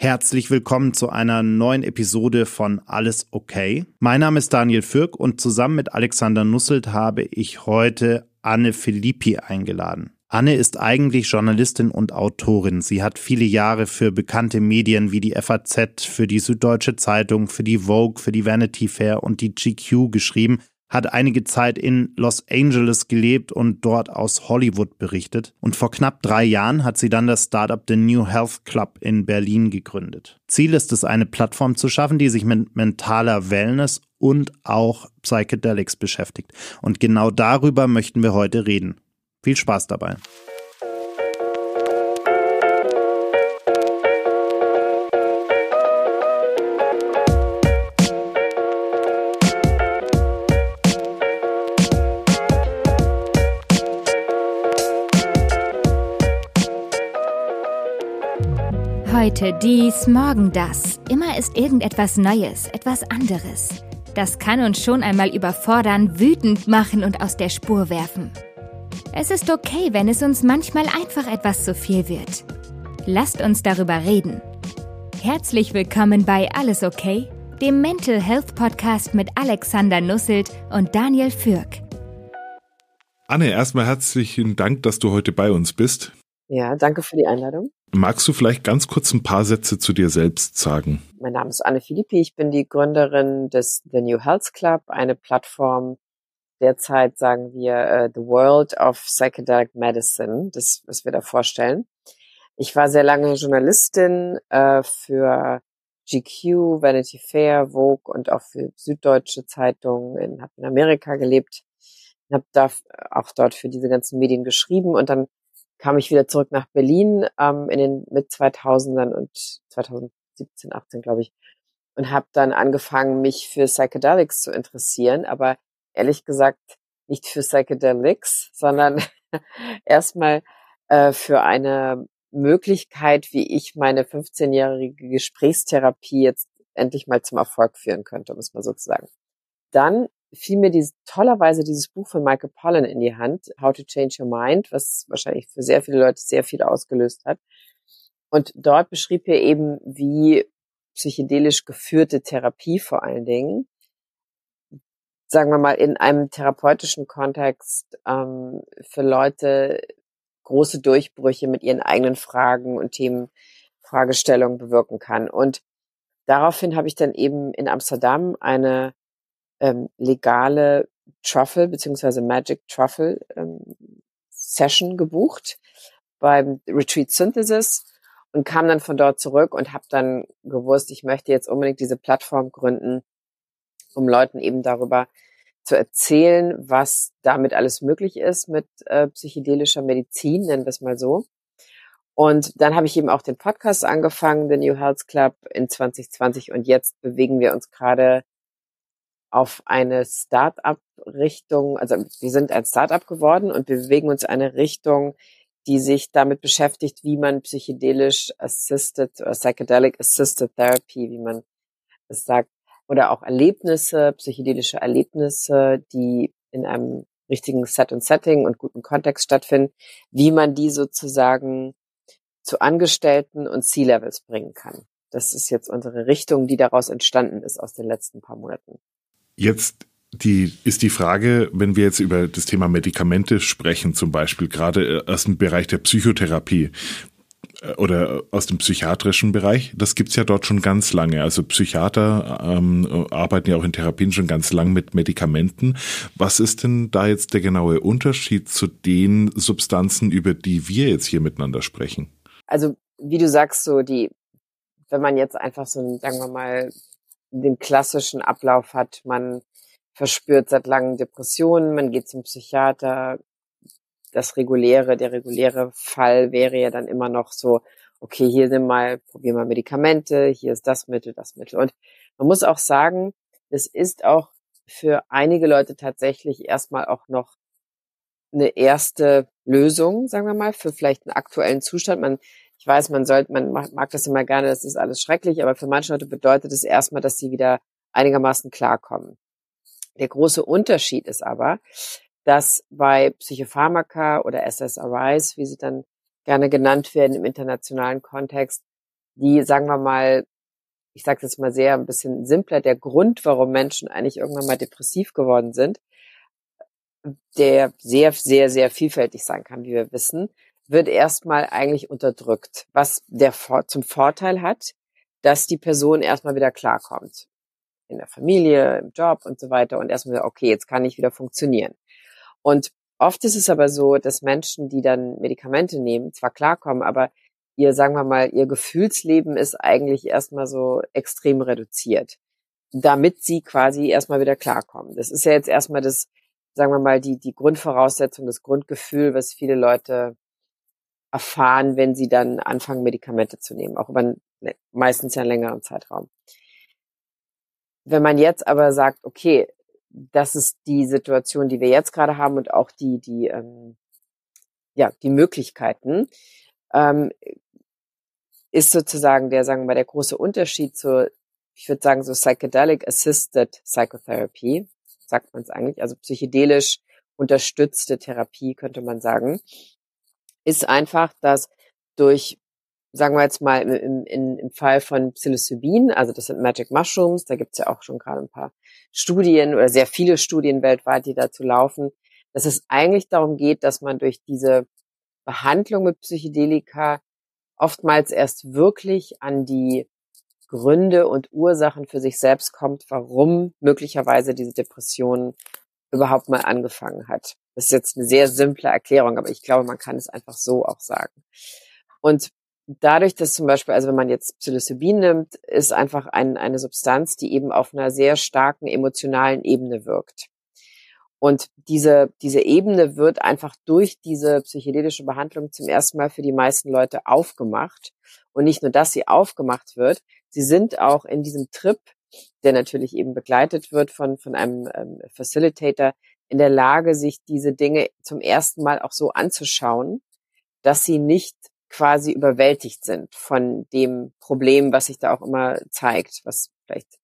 Herzlich willkommen zu einer neuen Episode von Alles okay. Mein Name ist Daniel Fürk und zusammen mit Alexander Nusselt habe ich heute Anne Philippi eingeladen. Anne ist eigentlich Journalistin und Autorin. Sie hat viele Jahre für bekannte Medien wie die FAZ, für die Süddeutsche Zeitung, für die Vogue, für die Vanity Fair und die GQ geschrieben, hat einige Zeit in Los Angeles gelebt und dort aus Hollywood berichtet. Und vor knapp 3 Jahren hat sie dann das Startup The New Health Club in Berlin gegründet. Ziel ist es, eine Plattform zu schaffen, die sich mit mentaler Wellness und auch Psychedelics beschäftigt. Und genau darüber möchten wir heute reden. Viel Spaß dabei. Heute dies, morgen das. Immer ist irgendetwas Neues, etwas anderes. Das kann uns schon einmal überfordern, wütend machen und aus der Spur werfen. Es ist okay, wenn es uns manchmal einfach etwas zu viel wird. Lasst uns darüber reden. Herzlich willkommen bei Alles okay, dem Mental Health Podcast mit Alexander Nusselt und Daniel Fürk. Anne, erstmal herzlichen Dank, dass du heute bei uns bist. Ja, danke für die Einladung. Magst du vielleicht ganz kurz ein paar Sätze zu dir selbst sagen? Mein Name ist Anne Philippi, ich bin die Gründerin des The New Health Club, eine Plattform, derzeit sagen wir The World of Psychedelic Medicine, das, was wir da vorstellen. Ich war sehr lange Journalistin für GQ, Vanity Fair, Vogue und auch für Süddeutsche Zeitung, habe in Amerika gelebt, habe da auch dort für diese ganzen Medien geschrieben und dann kam ich wieder zurück nach Berlin in den Mit-2000ern und 2017, 18 glaube ich und habe dann angefangen, mich für Psychedelics zu interessieren, aber ehrlich gesagt nicht für Psychedelics, sondern erstmal für eine Möglichkeit, wie ich meine 15-jährige Gesprächstherapie jetzt endlich mal zum Erfolg führen könnte, um es mal so zu sagen. Dann fiel mir tollerweise dieses Buch von Michael Pollan in die Hand, How to Change Your Mind, was wahrscheinlich für sehr viele Leute sehr viel ausgelöst hat. Und dort beschrieb er eben, wie psychedelisch geführte Therapie vor allen Dingen, sagen wir mal, in einem therapeutischen Kontext für Leute große Durchbrüche mit ihren eigenen Fragen und Themen, Fragestellungen bewirken kann. Und daraufhin habe ich dann eben in Amsterdam eine legale Truffle bzw. Magic Truffle Session gebucht beim Retreat Synthesis und kam dann von dort zurück und habe dann gewusst, ich möchte jetzt unbedingt diese Plattform gründen, um Leuten eben darüber zu erzählen, was damit alles möglich ist mit psychedelischer Medizin, nennen wir es mal so. Und dann habe ich eben auch den Podcast angefangen, The New Health Club in 2020 und jetzt bewegen wir uns gerade auf eine Start-up-Richtung, also wir sind ein Start-up geworden und wir bewegen uns in eine Richtung, die sich damit beschäftigt, wie man psychedelisch assisted oder psychedelic assisted therapy, wie man es sagt, oder auch Erlebnisse, psychedelische Erlebnisse, die in einem richtigen Set und Setting und guten Kontext stattfinden, wie man die sozusagen zu Angestellten und C-Levels bringen kann. Das ist jetzt unsere Richtung, die daraus entstanden ist aus den letzten paar Monaten. Jetzt ist die Frage, wenn wir jetzt über das Thema Medikamente sprechen, zum Beispiel gerade aus dem Bereich der Psychotherapie oder aus dem psychiatrischen Bereich, das gibt's ja dort schon ganz lange. Also Psychiater arbeiten ja auch in Therapien schon ganz lang mit Medikamenten. Was ist denn da jetzt der genaue Unterschied zu den Substanzen, über die wir jetzt hier miteinander sprechen? Also wie du sagst, wenn man jetzt einfach so, sagen wir mal, den klassischen Ablauf hat, man verspürt seit langem Depressionen, man geht zum Psychiater, der reguläre Fall wäre ja dann immer noch so, okay, probier mal Medikamente, hier ist das Mittel. Und man muss auch sagen, es ist auch für einige Leute tatsächlich erstmal auch noch eine erste Lösung, sagen wir mal, für vielleicht einen aktuellen Zustand. Ich weiß, man mag das immer gerne, das ist alles schrecklich, aber für manche Leute bedeutet es erstmal, dass sie wieder einigermaßen klarkommen. Der große Unterschied ist aber, dass bei Psychopharmaka oder SSRIs, wie sie dann gerne genannt werden im internationalen Kontext, die, sagen wir mal, ich sage jetzt mal sehr ein bisschen simpler, der Grund, warum Menschen eigentlich irgendwann mal depressiv geworden sind, der sehr, sehr, sehr vielfältig sein kann, wie wir wissen, wird erstmal eigentlich unterdrückt, was zum Vorteil hat, dass die Person erstmal wieder klarkommt. In der Familie, im Job und so weiter und erstmal, okay, jetzt kann ich wieder funktionieren. Und oft ist es aber so, dass Menschen, die dann Medikamente nehmen, zwar klarkommen, aber sagen wir mal, ihr Gefühlsleben ist eigentlich erstmal so extrem reduziert, damit sie quasi erstmal wieder klarkommen. Das ist ja jetzt erstmal das, sagen wir mal, die Grundvoraussetzung, das Grundgefühl, was viele Leute erfahren, wenn sie dann anfangen, Medikamente zu nehmen, auch über meistens ja einen längeren Zeitraum. Wenn man jetzt aber sagt, okay, das ist die Situation, die wir jetzt gerade haben und auch die Möglichkeiten, ist sozusagen sagen wir mal, der große Unterschied zu, ich würde sagen, so Psychedelic Assisted Psychotherapy, sagt man es eigentlich, also psychedelisch unterstützte Therapie, könnte man sagen, ist einfach, dass durch, sagen wir jetzt mal im Fall von Psilocybin, also das sind Magic Mushrooms, da gibt's ja auch schon gerade ein paar Studien oder sehr viele Studien weltweit, die dazu laufen, dass es eigentlich darum geht, dass man durch diese Behandlung mit Psychedelika oftmals erst wirklich an die Gründe und Ursachen für sich selbst kommt, warum möglicherweise diese Depression überhaupt mal angefangen hat. Das ist jetzt eine sehr simple Erklärung, aber ich glaube, man kann es einfach so auch sagen. Und dadurch, dass zum Beispiel, also wenn man jetzt Psilocybin nimmt, ist einfach eine Substanz, die eben auf einer sehr starken emotionalen Ebene wirkt. Und diese Ebene wird einfach durch diese psychedelische Behandlung zum ersten Mal für die meisten Leute aufgemacht. Und nicht nur, dass sie aufgemacht wird, sie sind auch in diesem Trip, der natürlich eben begleitet wird von einem Facilitator, in der Lage, sich diese Dinge zum ersten Mal auch so anzuschauen, dass sie nicht quasi überwältigt sind von dem Problem, was sich da auch immer zeigt, was vielleicht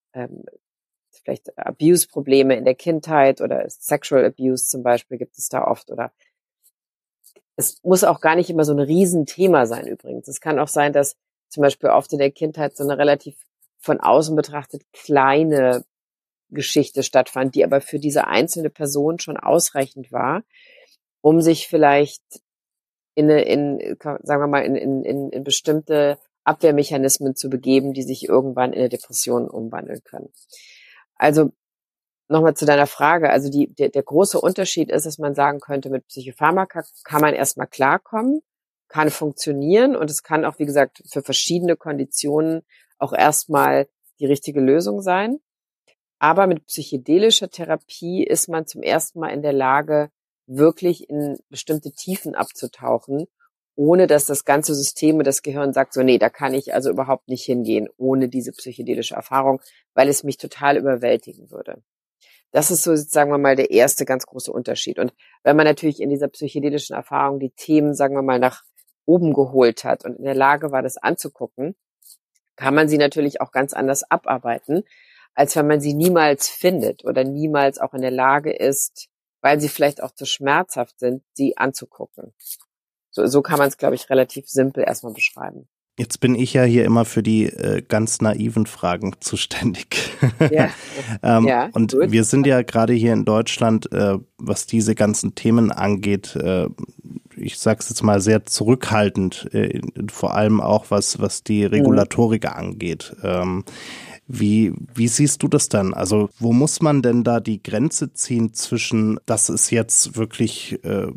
Abuse-Probleme in der Kindheit oder Sexual Abuse zum Beispiel gibt es da oft, oder es muss auch gar nicht immer so ein Riesenthema sein übrigens. Es kann auch sein, dass zum Beispiel oft in der Kindheit so eine relativ von außen betrachtet kleine Geschichte stattfand, die aber für diese einzelne Person schon ausreichend war, um sich vielleicht sagen wir mal, in bestimmte Abwehrmechanismen zu begeben, die sich irgendwann in eine Depression umwandeln können. Also nochmal zu deiner Frage. Also der große Unterschied ist, dass man sagen könnte, mit Psychopharmaka kann man erstmal klarkommen, kann funktionieren und es kann auch, wie gesagt, für verschiedene Konditionen auch erstmal die richtige Lösung sein. Aber mit psychedelischer Therapie ist man zum ersten Mal in der Lage, wirklich in bestimmte Tiefen abzutauchen, ohne dass das ganze System und das Gehirn sagt, so, nee, da kann ich also überhaupt nicht hingehen, ohne diese psychedelische Erfahrung, weil es mich total überwältigen würde. Das ist so, sagen wir mal, der erste ganz große Unterschied. Und wenn man natürlich in dieser psychedelischen Erfahrung die Themen, sagen wir mal, nach oben geholt hat und in der Lage war, das anzugucken, kann man sie natürlich auch ganz anders abarbeiten, als wenn man sie niemals findet oder niemals auch in der Lage ist, weil sie vielleicht auch zu schmerzhaft sind, sie anzugucken. So kann man es, glaube ich, relativ simpel erstmal beschreiben. Jetzt bin ich ja hier immer für die ganz naiven Fragen zuständig. Ja. Und gut. Wir sind ja gerade hier in Deutschland, was diese ganzen Themen angeht, ich sag's jetzt mal sehr zurückhaltend, vor allem auch was die Regulatorik angeht. Wie siehst du das dann? Also wo muss man denn da die Grenze ziehen zwischen, das ist jetzt wirklich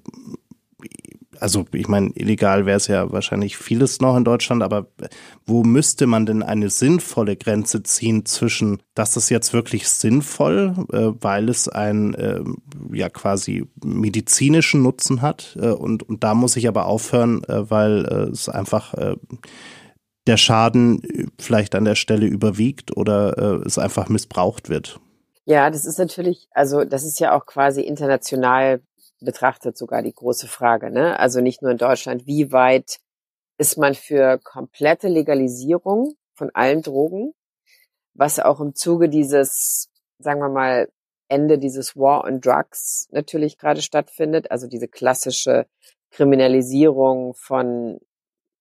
also ich meine, illegal wäre es ja wahrscheinlich vieles noch in Deutschland, aber wo müsste man denn eine sinnvolle Grenze ziehen zwischen, das ist jetzt wirklich sinnvoll, weil es einen quasi medizinischen Nutzen hat und da muss ich aber aufhören, weil es einfach der Schaden vielleicht an der Stelle überwiegt oder es einfach missbraucht wird? Ja, das ist natürlich, also das ist ja auch quasi international betrachtet sogar die große Frage, ne? Also nicht nur in Deutschland, wie weit ist man für komplette Legalisierung von allen Drogen, was auch im Zuge dieses, sagen wir mal, Ende dieses War on Drugs natürlich gerade stattfindet, also diese klassische Kriminalisierung von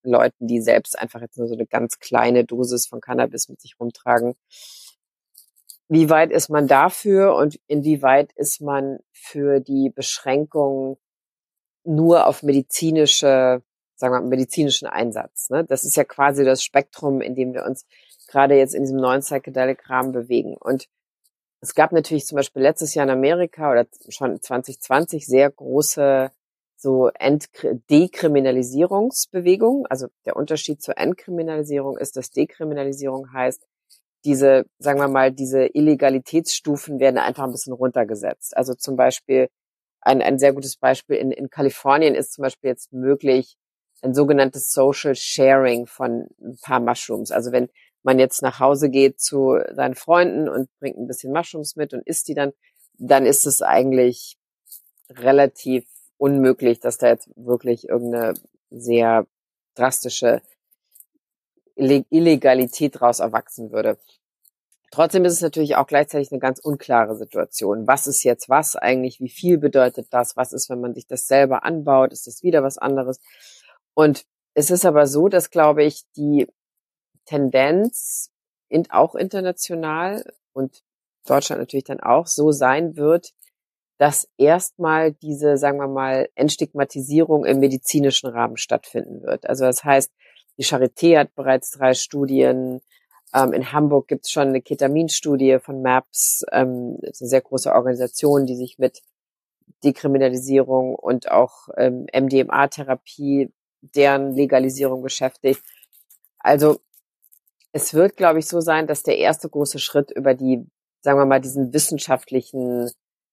Leuten, die selbst einfach jetzt nur so eine ganz kleine Dosis von Cannabis mit sich rumtragen. Wie weit ist man dafür und inwieweit ist man für die Beschränkung nur auf medizinischen Einsatz? Ne? Das ist ja quasi das Spektrum, in dem wir uns gerade jetzt in diesem neuen Psychedelic-Rahmen bewegen. Und es gab natürlich zum Beispiel letztes Jahr in Amerika oder schon 2020 sehr große so Dekriminalisierungsbewegungen. Also der Unterschied zur Entkriminalisierung ist, dass Dekriminalisierung heißt, diese Illegalitätsstufen werden einfach ein bisschen runtergesetzt. Also zum Beispiel ein sehr gutes Beispiel in Kalifornien ist zum Beispiel jetzt möglich ein sogenanntes Social Sharing von ein paar Mushrooms. Also wenn man jetzt nach Hause geht zu seinen Freunden und bringt ein bisschen Mushrooms mit und isst die dann ist es eigentlich relativ unmöglich, dass da jetzt wirklich irgendeine sehr drastische Illegalität daraus erwachsen würde. Trotzdem ist es natürlich auch gleichzeitig eine ganz unklare Situation. Was ist jetzt was eigentlich? Wie viel bedeutet das? Was ist, wenn man sich das selber anbaut? Ist das wieder was anderes? Und es ist aber so, dass, glaube ich, die Tendenz auch international und Deutschland natürlich dann auch so sein wird, dass erstmal diese, sagen wir mal, Entstigmatisierung im medizinischen Rahmen stattfinden wird. Also das heißt, die Charité hat bereits 3 Studien. In Hamburg gibt es schon eine Ketaminstudie von MAPS. Das ist eine sehr große Organisation, die sich mit Dekriminalisierung und auch MDMA-Therapie, deren Legalisierung beschäftigt. Also es wird, glaube ich, so sein, dass der erste große Schritt über die, sagen wir mal, diesen wissenschaftlichen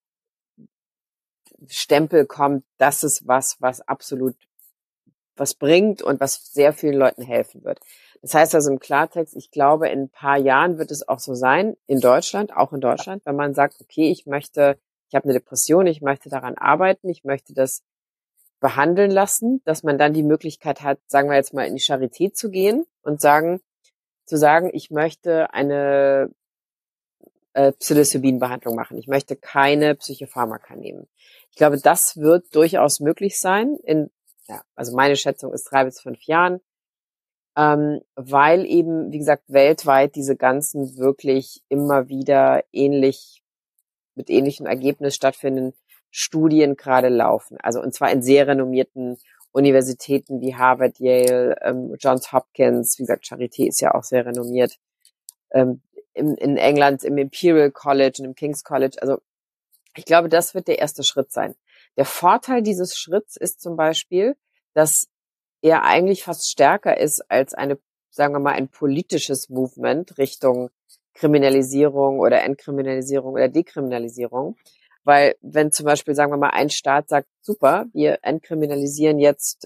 Stempel kommt, das ist was absolut was bringt und was sehr vielen Leuten helfen wird. Das heißt also im Klartext, ich glaube, in ein paar Jahren wird es auch so sein, auch in Deutschland, wenn man sagt, okay, ich habe eine Depression, ich möchte daran arbeiten, ich möchte das behandeln lassen, dass man dann die Möglichkeit hat, sagen wir jetzt mal in die Charité zu gehen und zu sagen, ich möchte eine Psilocybin-Behandlung machen. Ich möchte keine Psychopharmaka nehmen. Ich glaube, das wird durchaus möglich sein also meine Schätzung ist 3 bis 5 Jahren, weil eben, wie gesagt, weltweit diese ganzen wirklich immer wieder mit ähnlichem Ergebnis stattfindenden Studien gerade laufen. Also und zwar in sehr renommierten Universitäten wie Harvard, Yale, Johns Hopkins, wie gesagt, Charité ist ja auch sehr renommiert, in England im Imperial College und im King's College. Also ich glaube, das wird der erste Schritt sein. Der Vorteil dieses Schritts ist zum Beispiel, dass er eigentlich fast stärker ist als sagen wir mal, ein politisches Movement Richtung Kriminalisierung oder Entkriminalisierung oder Dekriminalisierung. Weil wenn zum Beispiel, sagen wir mal, ein Staat sagt, super, wir entkriminalisieren jetzt,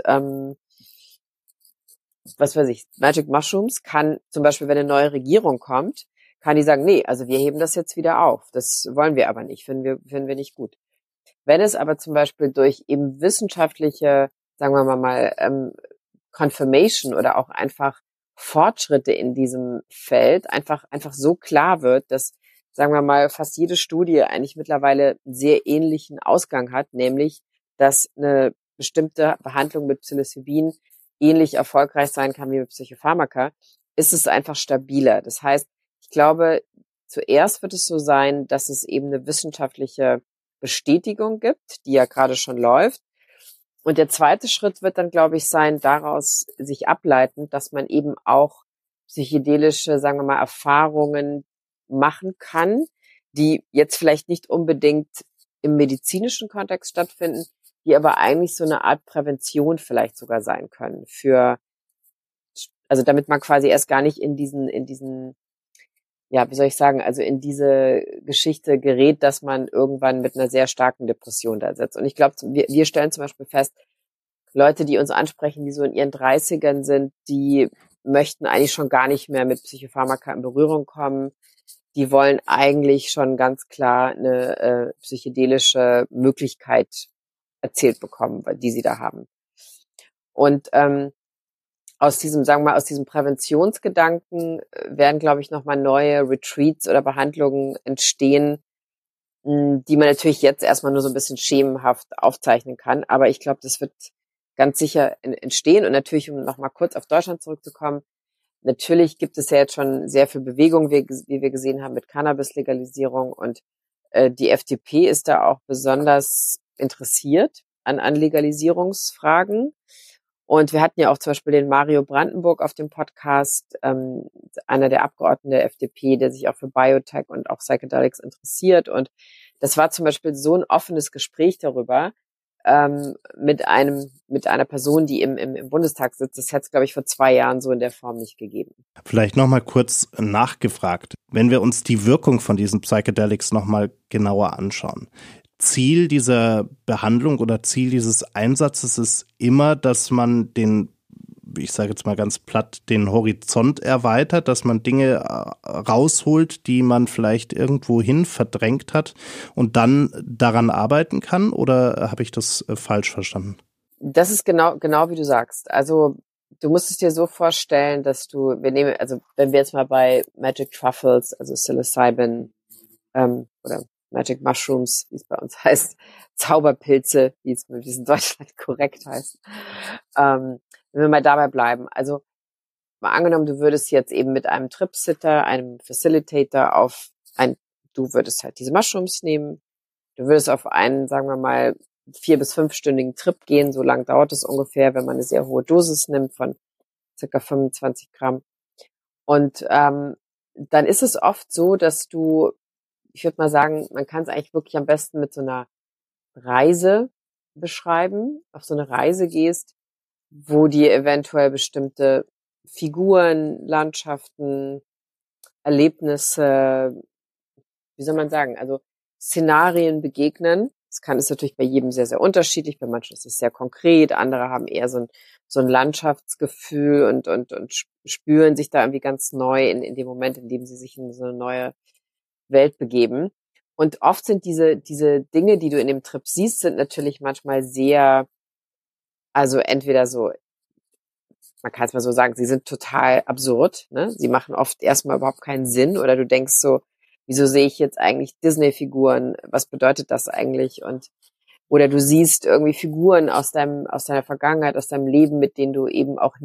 Magic Mushrooms, kann zum Beispiel, wenn eine neue Regierung kommt, kann die sagen, nee, also wir heben das jetzt wieder auf. Das wollen wir aber nicht, finden wir nicht gut. Wenn es aber zum Beispiel durch eben wissenschaftliche, sagen wir mal, Confirmation oder auch einfach Fortschritte in diesem Feld einfach so klar wird, dass, sagen wir mal, fast jede Studie eigentlich mittlerweile einen sehr ähnlichen Ausgang hat, nämlich, dass eine bestimmte Behandlung mit Psilocybin ähnlich erfolgreich sein kann wie mit Psychopharmaka, ist es einfach stabiler. Das heißt, ich glaube, zuerst wird es so sein, dass es eben eine wissenschaftliche Bestätigung gibt, die ja gerade schon läuft. Und der zweite Schritt wird dann, glaube ich, sein, daraus sich ableitend, dass man eben auch psychedelische, sagen wir mal, Erfahrungen machen kann, die jetzt vielleicht nicht unbedingt im medizinischen Kontext stattfinden, die aber eigentlich so eine Art Prävention vielleicht sogar sein können also damit man quasi erst gar nicht in diesen ja, wie soll ich sagen, also in diese Geschichte gerät, dass man irgendwann mit einer sehr starken Depression da sitzt. Und ich glaube, wir stellen zum Beispiel fest, Leute, die uns ansprechen, die so in ihren 30ern sind, die möchten eigentlich schon gar nicht mehr mit Psychopharmaka in Berührung kommen. Die wollen eigentlich schon ganz klar eine psychedelische Möglichkeit erzählt bekommen, die sie da haben. Und aus diesem Präventionsgedanken werden, glaube ich, nochmal neue Retreats oder Behandlungen entstehen, die man natürlich jetzt erstmal nur so ein bisschen schemenhaft aufzeichnen kann. Aber ich glaube, das wird ganz sicher entstehen. Und natürlich, um nochmal kurz auf Deutschland zurückzukommen, natürlich gibt es ja jetzt schon sehr viel Bewegung, wie wir gesehen haben mit Cannabis-Legalisierung. Und die FDP ist da auch besonders interessiert an Legalisierungsfragen. Und wir hatten ja auch zum Beispiel den Mario Brandenburg auf dem Podcast, einer der Abgeordneten der FDP, der sich auch für Biotech und auch Psychedelics interessiert. Und das war zum Beispiel so ein offenes Gespräch darüber, mit einer Person, die im Bundestag sitzt. Das hätte es, glaube ich, vor 2 Jahren so in der Form nicht gegeben. Vielleicht nochmal kurz nachgefragt. Wenn wir uns die Wirkung von diesen Psychedelics nochmal genauer anschauen. Ziel dieser Behandlung oder Ziel dieses Einsatzes ist immer, dass man ich sage jetzt mal ganz platt, den Horizont erweitert, dass man Dinge rausholt, die man vielleicht irgendwohin verdrängt hat und dann daran arbeiten kann? Oder habe ich das falsch verstanden? Das ist genau wie du sagst. Also du musst es dir so vorstellen, dass wenn wir jetzt mal bei Magic Truffles, also Psilocybin oder Magic Mushrooms, wie es bei uns heißt, Zauberpilze, wie es in Deutschland korrekt heißt, wenn wir mal dabei bleiben. Also mal angenommen, du würdest jetzt eben mit einem Tripsitter, einem Facilitator du würdest halt diese Mushrooms nehmen, du würdest auf einen, sagen wir mal, 4- bis 5-stündigen Trip gehen, so lang dauert es ungefähr, wenn man eine sehr hohe Dosis nimmt von circa 25 Gramm. Und dann ist es oft so, dass ich würde mal sagen, man kann es eigentlich wirklich am besten mit so einer Reise beschreiben, auf so eine Reise gehst, wo dir eventuell bestimmte Figuren, Landschaften, Erlebnisse, wie soll man sagen, also Szenarien begegnen. Das ist natürlich bei jedem sehr, sehr unterschiedlich. Bei manchen ist es sehr konkret, andere haben eher so ein Landschaftsgefühl und spüren sich da irgendwie ganz neu in dem Moment, in dem sie sich in so eine neue Welt begeben. Und oft sind diese Dinge, die du in dem Trip siehst, sind natürlich manchmal sehr, also entweder so, man kann es mal so sagen, sie sind total absurd, ne? Sie machen oft erstmal überhaupt keinen Sinn oder du denkst so, wieso sehe ich jetzt eigentlich Disney-Figuren? Was bedeutet das eigentlich? Oder du siehst irgendwie Figuren aus deiner Vergangenheit, aus deinem Leben, mit denen du eben auch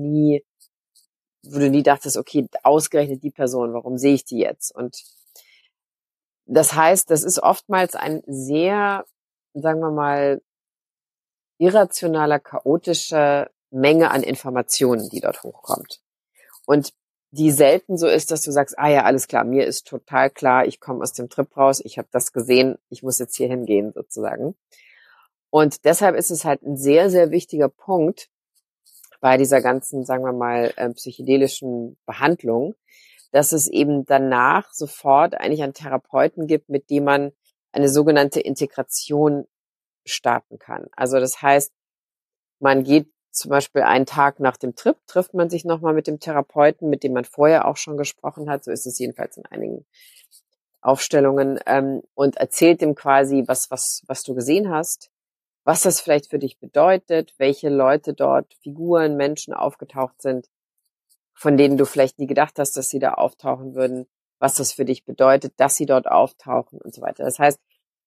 wo du nie dachtest, okay, ausgerechnet die Person, warum sehe ich die jetzt? Und das heißt, das ist oftmals ein sehr, sagen wir mal, irrationaler, chaotischer Menge an Informationen, die dort hochkommt. Und die selten so ist, dass du sagst, ja, alles klar, mir ist total klar, ich komme aus dem Trip raus, ich habe das gesehen, ich muss jetzt hier hingehen sozusagen. Und deshalb ist es halt ein sehr, sehr wichtiger Punkt bei dieser ganzen, sagen wir mal, psychedelischen Behandlung, dass es eben danach sofort eigentlich einen Therapeuten gibt, mit dem man eine sogenannte Integration starten kann. Also das heißt, man geht zum Beispiel einen Tag nach dem Trip, trifft man sich nochmal mit dem Therapeuten, mit dem man vorher auch schon gesprochen hat, so ist es jedenfalls in einigen Aufstellungen, und erzählt dem quasi, was du gesehen hast, was das vielleicht für dich bedeutet, welche Leute dort, Figuren, Menschen aufgetaucht sind, von denen du vielleicht nie gedacht hast, dass sie da auftauchen würden, was das für dich bedeutet, dass sie dort auftauchen und so weiter. Das heißt,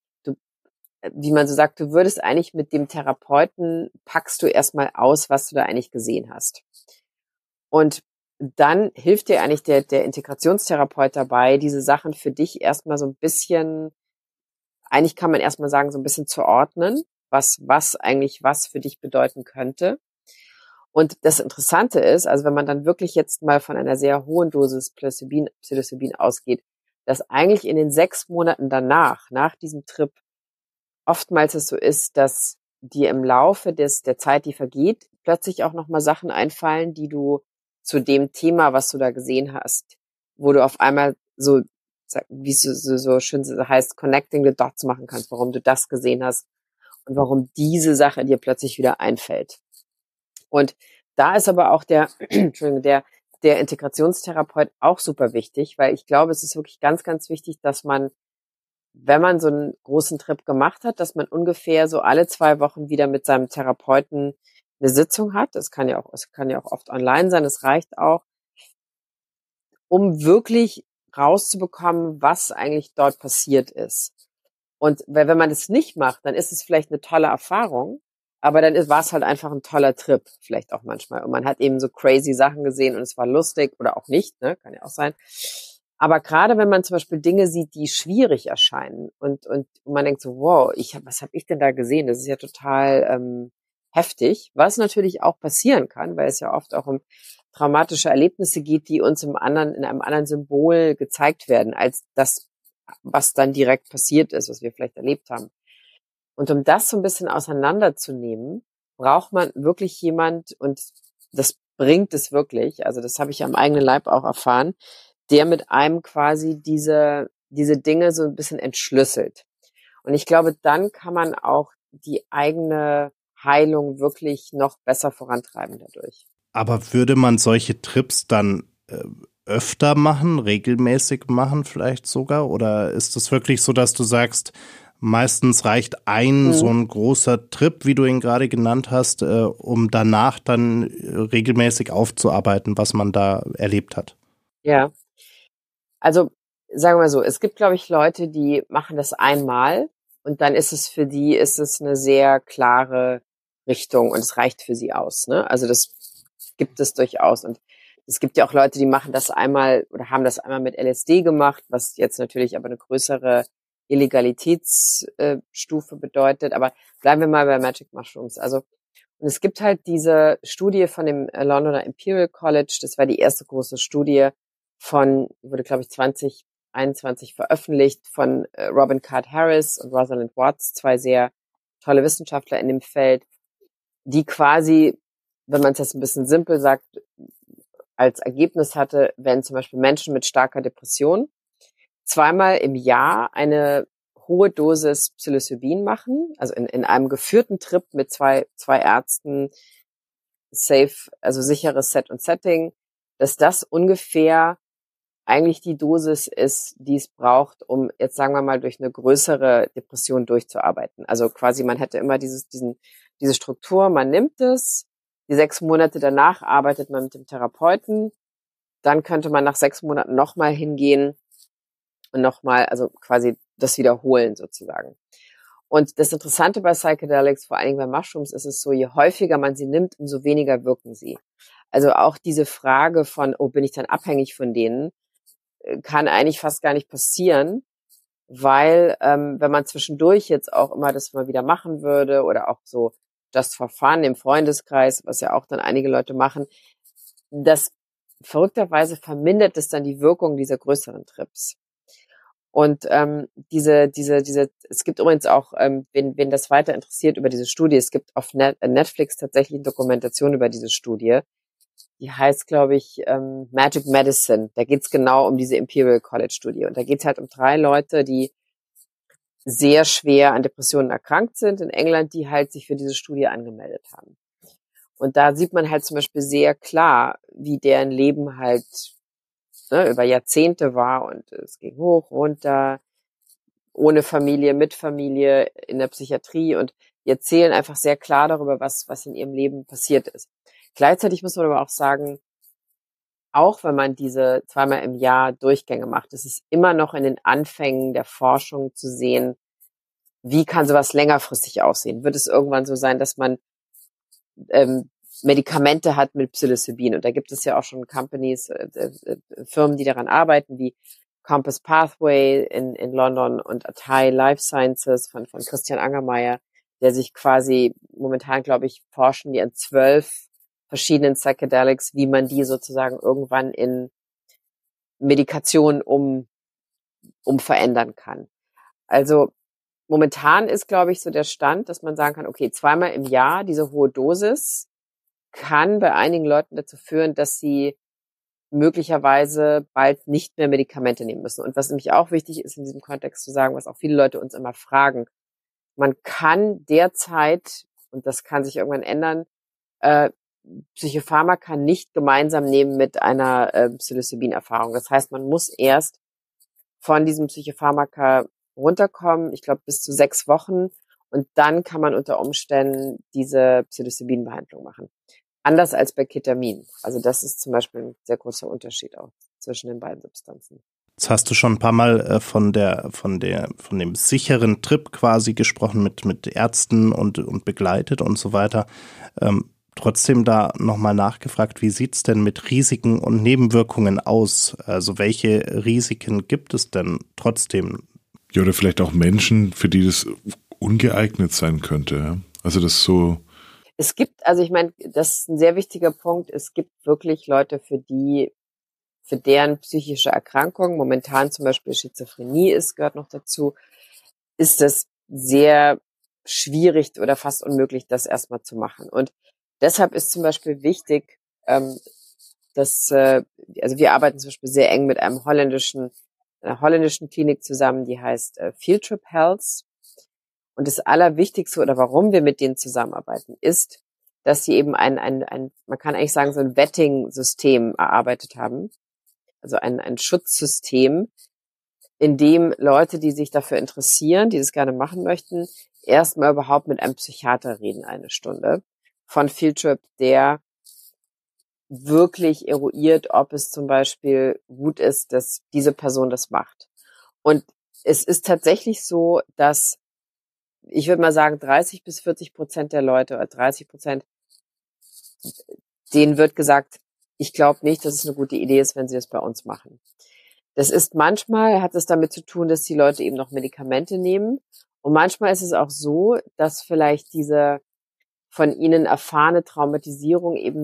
wie man so sagt, du würdest eigentlich mit dem Therapeuten, packst du erstmal aus, was du da eigentlich gesehen hast. Und dann hilft dir eigentlich der Integrationstherapeut dabei, diese Sachen für dich erstmal so ein bisschen, eigentlich kann man erstmal sagen, so ein bisschen zu ordnen, was eigentlich was für dich bedeuten könnte. Und das Interessante ist, also wenn man dann wirklich jetzt mal von einer sehr hohen Dosis Psilocybin ausgeht, dass eigentlich in den 6 Monaten danach, nach diesem Trip, oftmals es so ist, dass dir im Laufe der Zeit, die vergeht, plötzlich auch nochmal Sachen einfallen, die du zu dem Thema, was du da gesehen hast, wo du auf einmal so, wie es so schön heißt, connecting the dots machen kannst, warum du das gesehen hast und warum diese Sache dir plötzlich wieder einfällt. Und da ist aber auch der Integrationstherapeut auch super wichtig, weil ich glaube, es ist wirklich ganz, ganz wichtig, dass man, wenn man so einen großen Trip gemacht hat, dass man ungefähr so alle 2 Wochen wieder mit seinem Therapeuten eine Sitzung hat. Es kann ja auch oft online sein, es reicht auch, um wirklich rauszubekommen, was eigentlich dort passiert ist. Und wenn man das nicht macht, dann ist es vielleicht eine tolle Erfahrung, Aber dann war es halt einfach ein toller Trip, vielleicht auch manchmal. Und man hat eben so crazy Sachen gesehen und es war lustig oder auch nicht, ne? Kann ja auch sein. Aber gerade wenn man zum Beispiel Dinge sieht, die schwierig erscheinen und man denkt so, wow, was habe ich denn da gesehen? Das ist ja total heftig, was natürlich auch passieren kann, weil es ja oft auch um traumatische Erlebnisse geht, die uns in einem anderen Symbol gezeigt werden, als das, was dann direkt passiert ist, was wir vielleicht erlebt haben. Und um das so ein bisschen auseinanderzunehmen, braucht man wirklich jemand, und das bringt es wirklich, also das habe ich am eigenen Leib auch erfahren, der mit einem quasi diese Dinge so ein bisschen entschlüsselt. Und ich glaube, dann kann man auch die eigene Heilung wirklich noch besser vorantreiben dadurch. Aber würde man solche Trips dann öfter machen, regelmäßig machen vielleicht sogar? Oder ist es wirklich so, dass du sagst, meistens reicht so ein großer Trip, wie du ihn gerade genannt hast, um danach dann regelmäßig aufzuarbeiten, was man da erlebt hat? Ja, also sagen wir mal so, es gibt, glaube ich, Leute, die machen das einmal und dann ist es eine sehr klare Richtung und es reicht für sie aus. Ne? Also das gibt es durchaus. Und es gibt ja auch Leute, die machen das einmal oder haben das einmal mit LSD gemacht, was jetzt natürlich aber eine größere Illegalitätsstufe bedeutet. Aber bleiben wir mal bei Magic Mushrooms. Also, und es gibt halt diese Studie von dem Londoner Imperial College. Das war die erste große Studie wurde, glaube ich, 2021 veröffentlicht von Robin Carhart-Harris und Rosalind Watts, zwei sehr tolle Wissenschaftler in dem Feld, die quasi, wenn man es jetzt ein bisschen simpel sagt, als Ergebnis hatte, wenn zum Beispiel Menschen mit starker Depression zweimal im Jahr eine hohe Dosis Psilocybin machen, also in einem geführten Trip mit zwei Ärzten, safe, also sicheres Set und Setting, dass das ungefähr eigentlich die Dosis ist, die es braucht, um jetzt sagen wir mal durch eine größere Depression durchzuarbeiten. Also quasi man hätte immer diese Struktur, man nimmt es, die 6 Monate danach arbeitet man mit dem Therapeuten, dann könnte man nach 6 Monaten nochmal hingehen und nochmal, also quasi das wiederholen sozusagen. Und das Interessante bei Psychedelics, vor allen Dingen bei Mushrooms, ist es so, je häufiger man sie nimmt, umso weniger wirken sie. Also auch diese Frage von, oh, bin ich dann abhängig von denen, kann eigentlich fast gar nicht passieren, weil wenn man zwischendurch jetzt auch immer das mal wieder machen würde oder auch so just for fun im Freundeskreis, was ja auch dann einige Leute machen, das verrückterweise vermindert es dann die Wirkung dieser größeren Trips. Und es gibt übrigens auch, wen das weiter interessiert über diese Studie, es gibt auf Netflix tatsächlich eine Dokumentation über diese Studie. Die heißt, glaube ich, Magic Medicine. Da geht's genau um diese Imperial College Studie. Und da geht's halt um 3 Leute, die sehr schwer an Depressionen erkrankt sind in England, die halt sich für diese Studie angemeldet haben. Und da sieht man halt zum Beispiel sehr klar, wie deren Leben halt über Jahrzehnte war und es ging hoch, runter, ohne Familie, mit Familie, in der Psychiatrie und die erzählen einfach sehr klar darüber, was in ihrem Leben passiert ist. Gleichzeitig muss man aber auch sagen, auch wenn man diese 2-mal im Jahr Durchgänge macht, ist es immer noch in den Anfängen der Forschung zu sehen, wie kann sowas längerfristig aussehen? Wird es irgendwann so sein, dass man Medikamente hat mit Psilocybin? Und da gibt es ja auch schon Companies, Firmen, die daran arbeiten, wie Compass Pathway in London und Atai Life Sciences von Christian Angermayer, der sich quasi momentan, glaube ich, forschen die an 12 verschiedenen Psychedelics, wie man die sozusagen irgendwann in Medikation verändern kann. Also momentan ist, glaube ich, so der Stand, dass man sagen kann, okay, 2-mal im Jahr diese hohe Dosis kann bei einigen Leuten dazu führen, dass sie möglicherweise bald nicht mehr Medikamente nehmen müssen. Und was nämlich auch wichtig ist in diesem Kontext zu sagen, was auch viele Leute uns immer fragen, man kann derzeit, und das kann sich irgendwann ändern, Psychopharmaka nicht gemeinsam nehmen mit einer Psilocybin-Erfahrung. Das heißt, man muss erst von diesem Psychopharmaka runterkommen, ich glaube bis zu 6 Wochen, und dann kann man unter Umständen diese Psilocybin-Behandlung machen. Anders als bei Ketamin. Also das ist zum Beispiel ein sehr großer Unterschied auch zwischen den beiden Substanzen. Jetzt hast du schon ein paar Mal von dem sicheren Trip quasi gesprochen mit Ärzten und begleitet und so weiter. Trotzdem da nochmal nachgefragt, wie sieht's denn mit Risiken und Nebenwirkungen aus? Also welche Risiken gibt es denn trotzdem? Ja, oder vielleicht auch Menschen, für die das ungeeignet sein könnte. Ja? Also das so. Es gibt, also ich meine, das ist ein sehr wichtiger Punkt. Es gibt wirklich Leute, für deren psychische Erkrankung, momentan zum Beispiel Schizophrenie gehört noch dazu, ist es sehr schwierig oder fast unmöglich, das erstmal zu machen. Und deshalb ist zum Beispiel wichtig, also wir arbeiten zum Beispiel sehr eng mit einer holländischen Klinik zusammen, die heißt Field Trip Health. Und das Allerwichtigste oder warum wir mit denen zusammenarbeiten, ist, dass sie eben man kann eigentlich sagen, so ein Vetting-System erarbeitet haben. Also ein Schutzsystem, in dem Leute, die sich dafür interessieren, die das gerne machen möchten, erstmal überhaupt mit einem Psychiater reden, 1 Stunde von Fieldtrip, der wirklich eruiert, ob es zum Beispiel gut ist, dass diese Person das macht. Und es ist tatsächlich so, dass ich würde mal sagen, 30-40% der Leute oder 30%, denen wird gesagt, ich glaube nicht, dass es eine gute Idee ist, wenn sie das bei uns machen. Hat es damit zu tun, dass die Leute eben noch Medikamente nehmen. Und manchmal ist es auch so, dass vielleicht diese von ihnen erfahrene Traumatisierung eben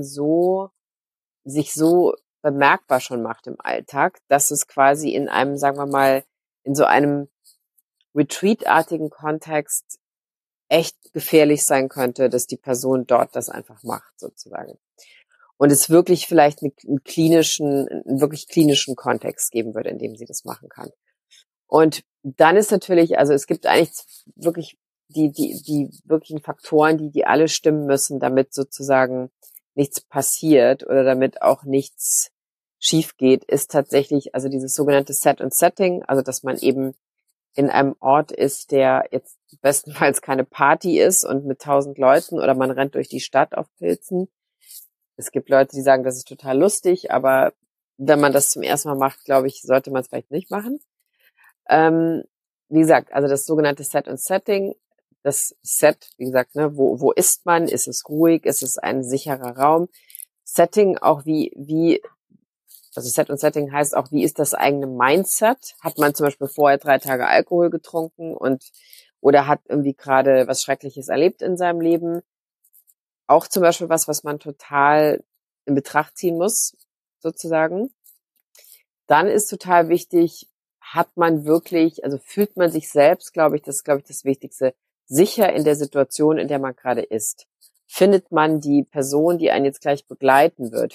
sich so bemerkbar schon macht im Alltag, dass es quasi in einem, sagen wir mal, in so einem Retreat-artigen Kontext echt gefährlich sein könnte, dass die Person dort das einfach macht, sozusagen. Und es wirklich vielleicht einen wirklich klinischen Kontext geben würde, in dem sie das machen kann. Und dann ist natürlich, also es gibt eigentlich wirklich die wirklichen Faktoren, die alle stimmen müssen, damit sozusagen nichts passiert oder damit auch nichts schief geht, ist tatsächlich also dieses sogenannte Set und Setting, also dass man eben in einem Ort ist, der jetzt bestenfalls keine Party ist und mit 1000 Leuten oder man rennt durch die Stadt auf Pilzen. Es gibt Leute, die sagen, das ist total lustig, aber wenn man das zum ersten Mal macht, glaube ich, sollte man es vielleicht nicht machen. Wie gesagt, also das sogenannte Set und Setting, das Set, wie gesagt, ne, wo ist man? Ist es ruhig? Ist es ein sicherer Raum? Setting auch also Set und Setting heißt auch, wie ist das eigene Mindset? Hat man zum Beispiel vorher 3 Tage Alkohol getrunken oder hat irgendwie gerade was Schreckliches erlebt in seinem Leben? Auch zum Beispiel was man total in Betracht ziehen muss, sozusagen. Dann ist total wichtig, fühlt man sich selbst, glaube ich, das Wichtigste, sicher in der Situation, in der man gerade ist. Findet man die Person, die einen jetzt gleich begleiten wird,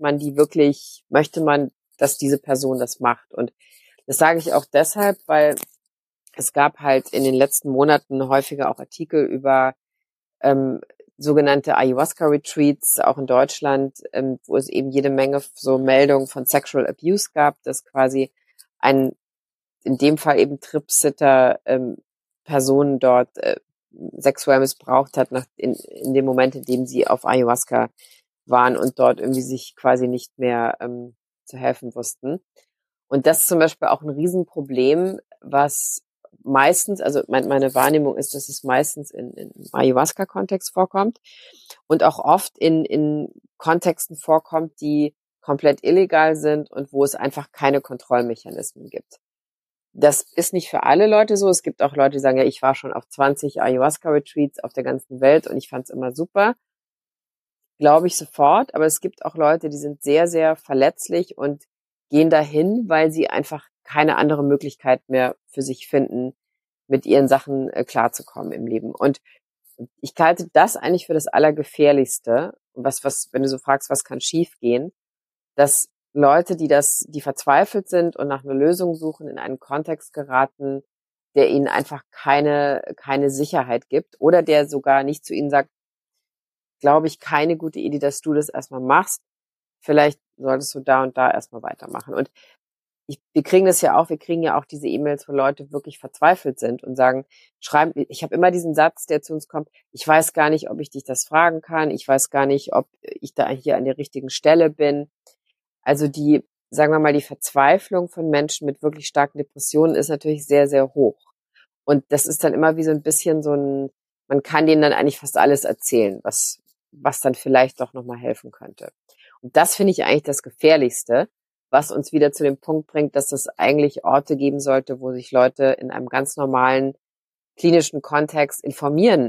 möchte man, dass diese Person das macht? Und das sage ich auch deshalb, weil es gab halt in den letzten Monaten häufiger auch Artikel über sogenannte Ayahuasca-Retreats, auch in Deutschland, wo es eben jede Menge so Meldungen von Sexual Abuse gab, dass quasi in dem Fall eben Tripsitter Personen dort sexuell missbraucht hat in dem Moment, in dem sie auf Ayahuasca waren und dort irgendwie sich quasi nicht mehr zu helfen wussten. Und das ist zum Beispiel auch ein Riesenproblem, was meistens, also meine Wahrnehmung ist, dass es meistens in Ayahuasca-Kontext vorkommt und auch oft in Kontexten vorkommt, die komplett illegal sind und wo es einfach keine Kontrollmechanismen gibt. Das ist nicht für alle Leute so. Es gibt auch Leute, die sagen, ja, ich war schon auf 20 Ayahuasca-Retreats auf der ganzen Welt und ich fand es immer super. Glaube ich sofort. Aber es gibt auch Leute, die sind sehr, sehr verletzlich und gehen dahin, weil sie einfach keine andere Möglichkeit mehr für sich finden, mit ihren Sachen klarzukommen im Leben. Und ich halte das eigentlich für das Allergefährlichste. Was, wenn du so fragst, was kann schiefgehen, dass Leute, die verzweifelt sind und nach einer Lösung suchen, in einen Kontext geraten, der ihnen einfach keine Sicherheit gibt oder der sogar nicht zu ihnen sagt, glaube ich, keine gute Idee, dass du das erstmal machst. Vielleicht solltest du da und da erstmal weitermachen. Und wir kriegen ja auch diese E-Mails, wo Leute wirklich verzweifelt sind und sagen, ich habe immer diesen Satz, der zu uns kommt, ich weiß gar nicht, ob ich dich das fragen kann, ich weiß gar nicht, ob ich da hier an der richtigen Stelle bin. Also die sagen wir mal, die Verzweiflung von Menschen mit wirklich starken Depressionen ist natürlich sehr, sehr hoch. Und das ist dann immer wie so ein bisschen man kann denen dann eigentlich fast alles erzählen, was dann vielleicht doch nochmal helfen könnte. Und das finde ich eigentlich das Gefährlichste, was uns wieder zu dem Punkt bringt, dass es eigentlich Orte geben sollte, wo sich Leute in einem ganz normalen klinischen Kontext informieren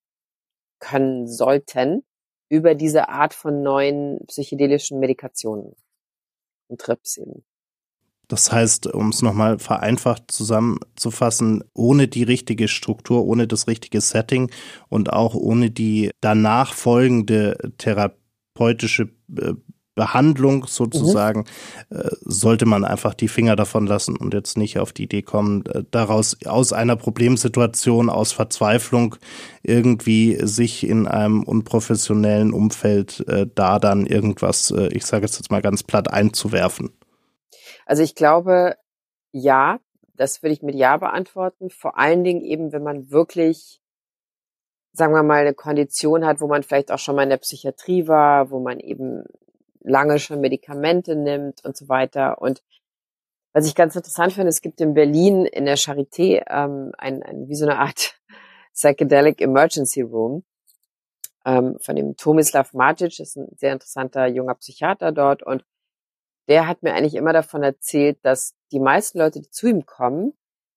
können sollten über diese Art von neuen psychedelischen Medikationen und Trips eben. Das heißt, um es nochmal vereinfacht zusammenzufassen, ohne die richtige Struktur, ohne das richtige Setting und auch ohne die danach folgende therapeutische Behandlung sozusagen, sollte man einfach die Finger davon lassen und jetzt nicht auf die Idee kommen, daraus aus einer Problemsituation, aus Verzweiflung irgendwie sich in einem unprofessionellen Umfeld da dann irgendwas, ich sage jetzt mal ganz platt, einzuwerfen. Also ich glaube, ja, das würde ich mit Ja beantworten. Vor allen Dingen eben, wenn man wirklich, sagen wir mal, eine Kondition hat, wo man vielleicht auch schon mal in der Psychiatrie war, wo man eben lange schon Medikamente nimmt und so weiter. Und was ich ganz interessant finde, es gibt in Berlin in der Charité wie so eine Art Psychedelic Emergency Room von dem Tomislav Martic, ist ein sehr interessanter junger Psychiater dort, und der hat mir eigentlich immer davon erzählt, dass die meisten Leute, die zu ihm kommen,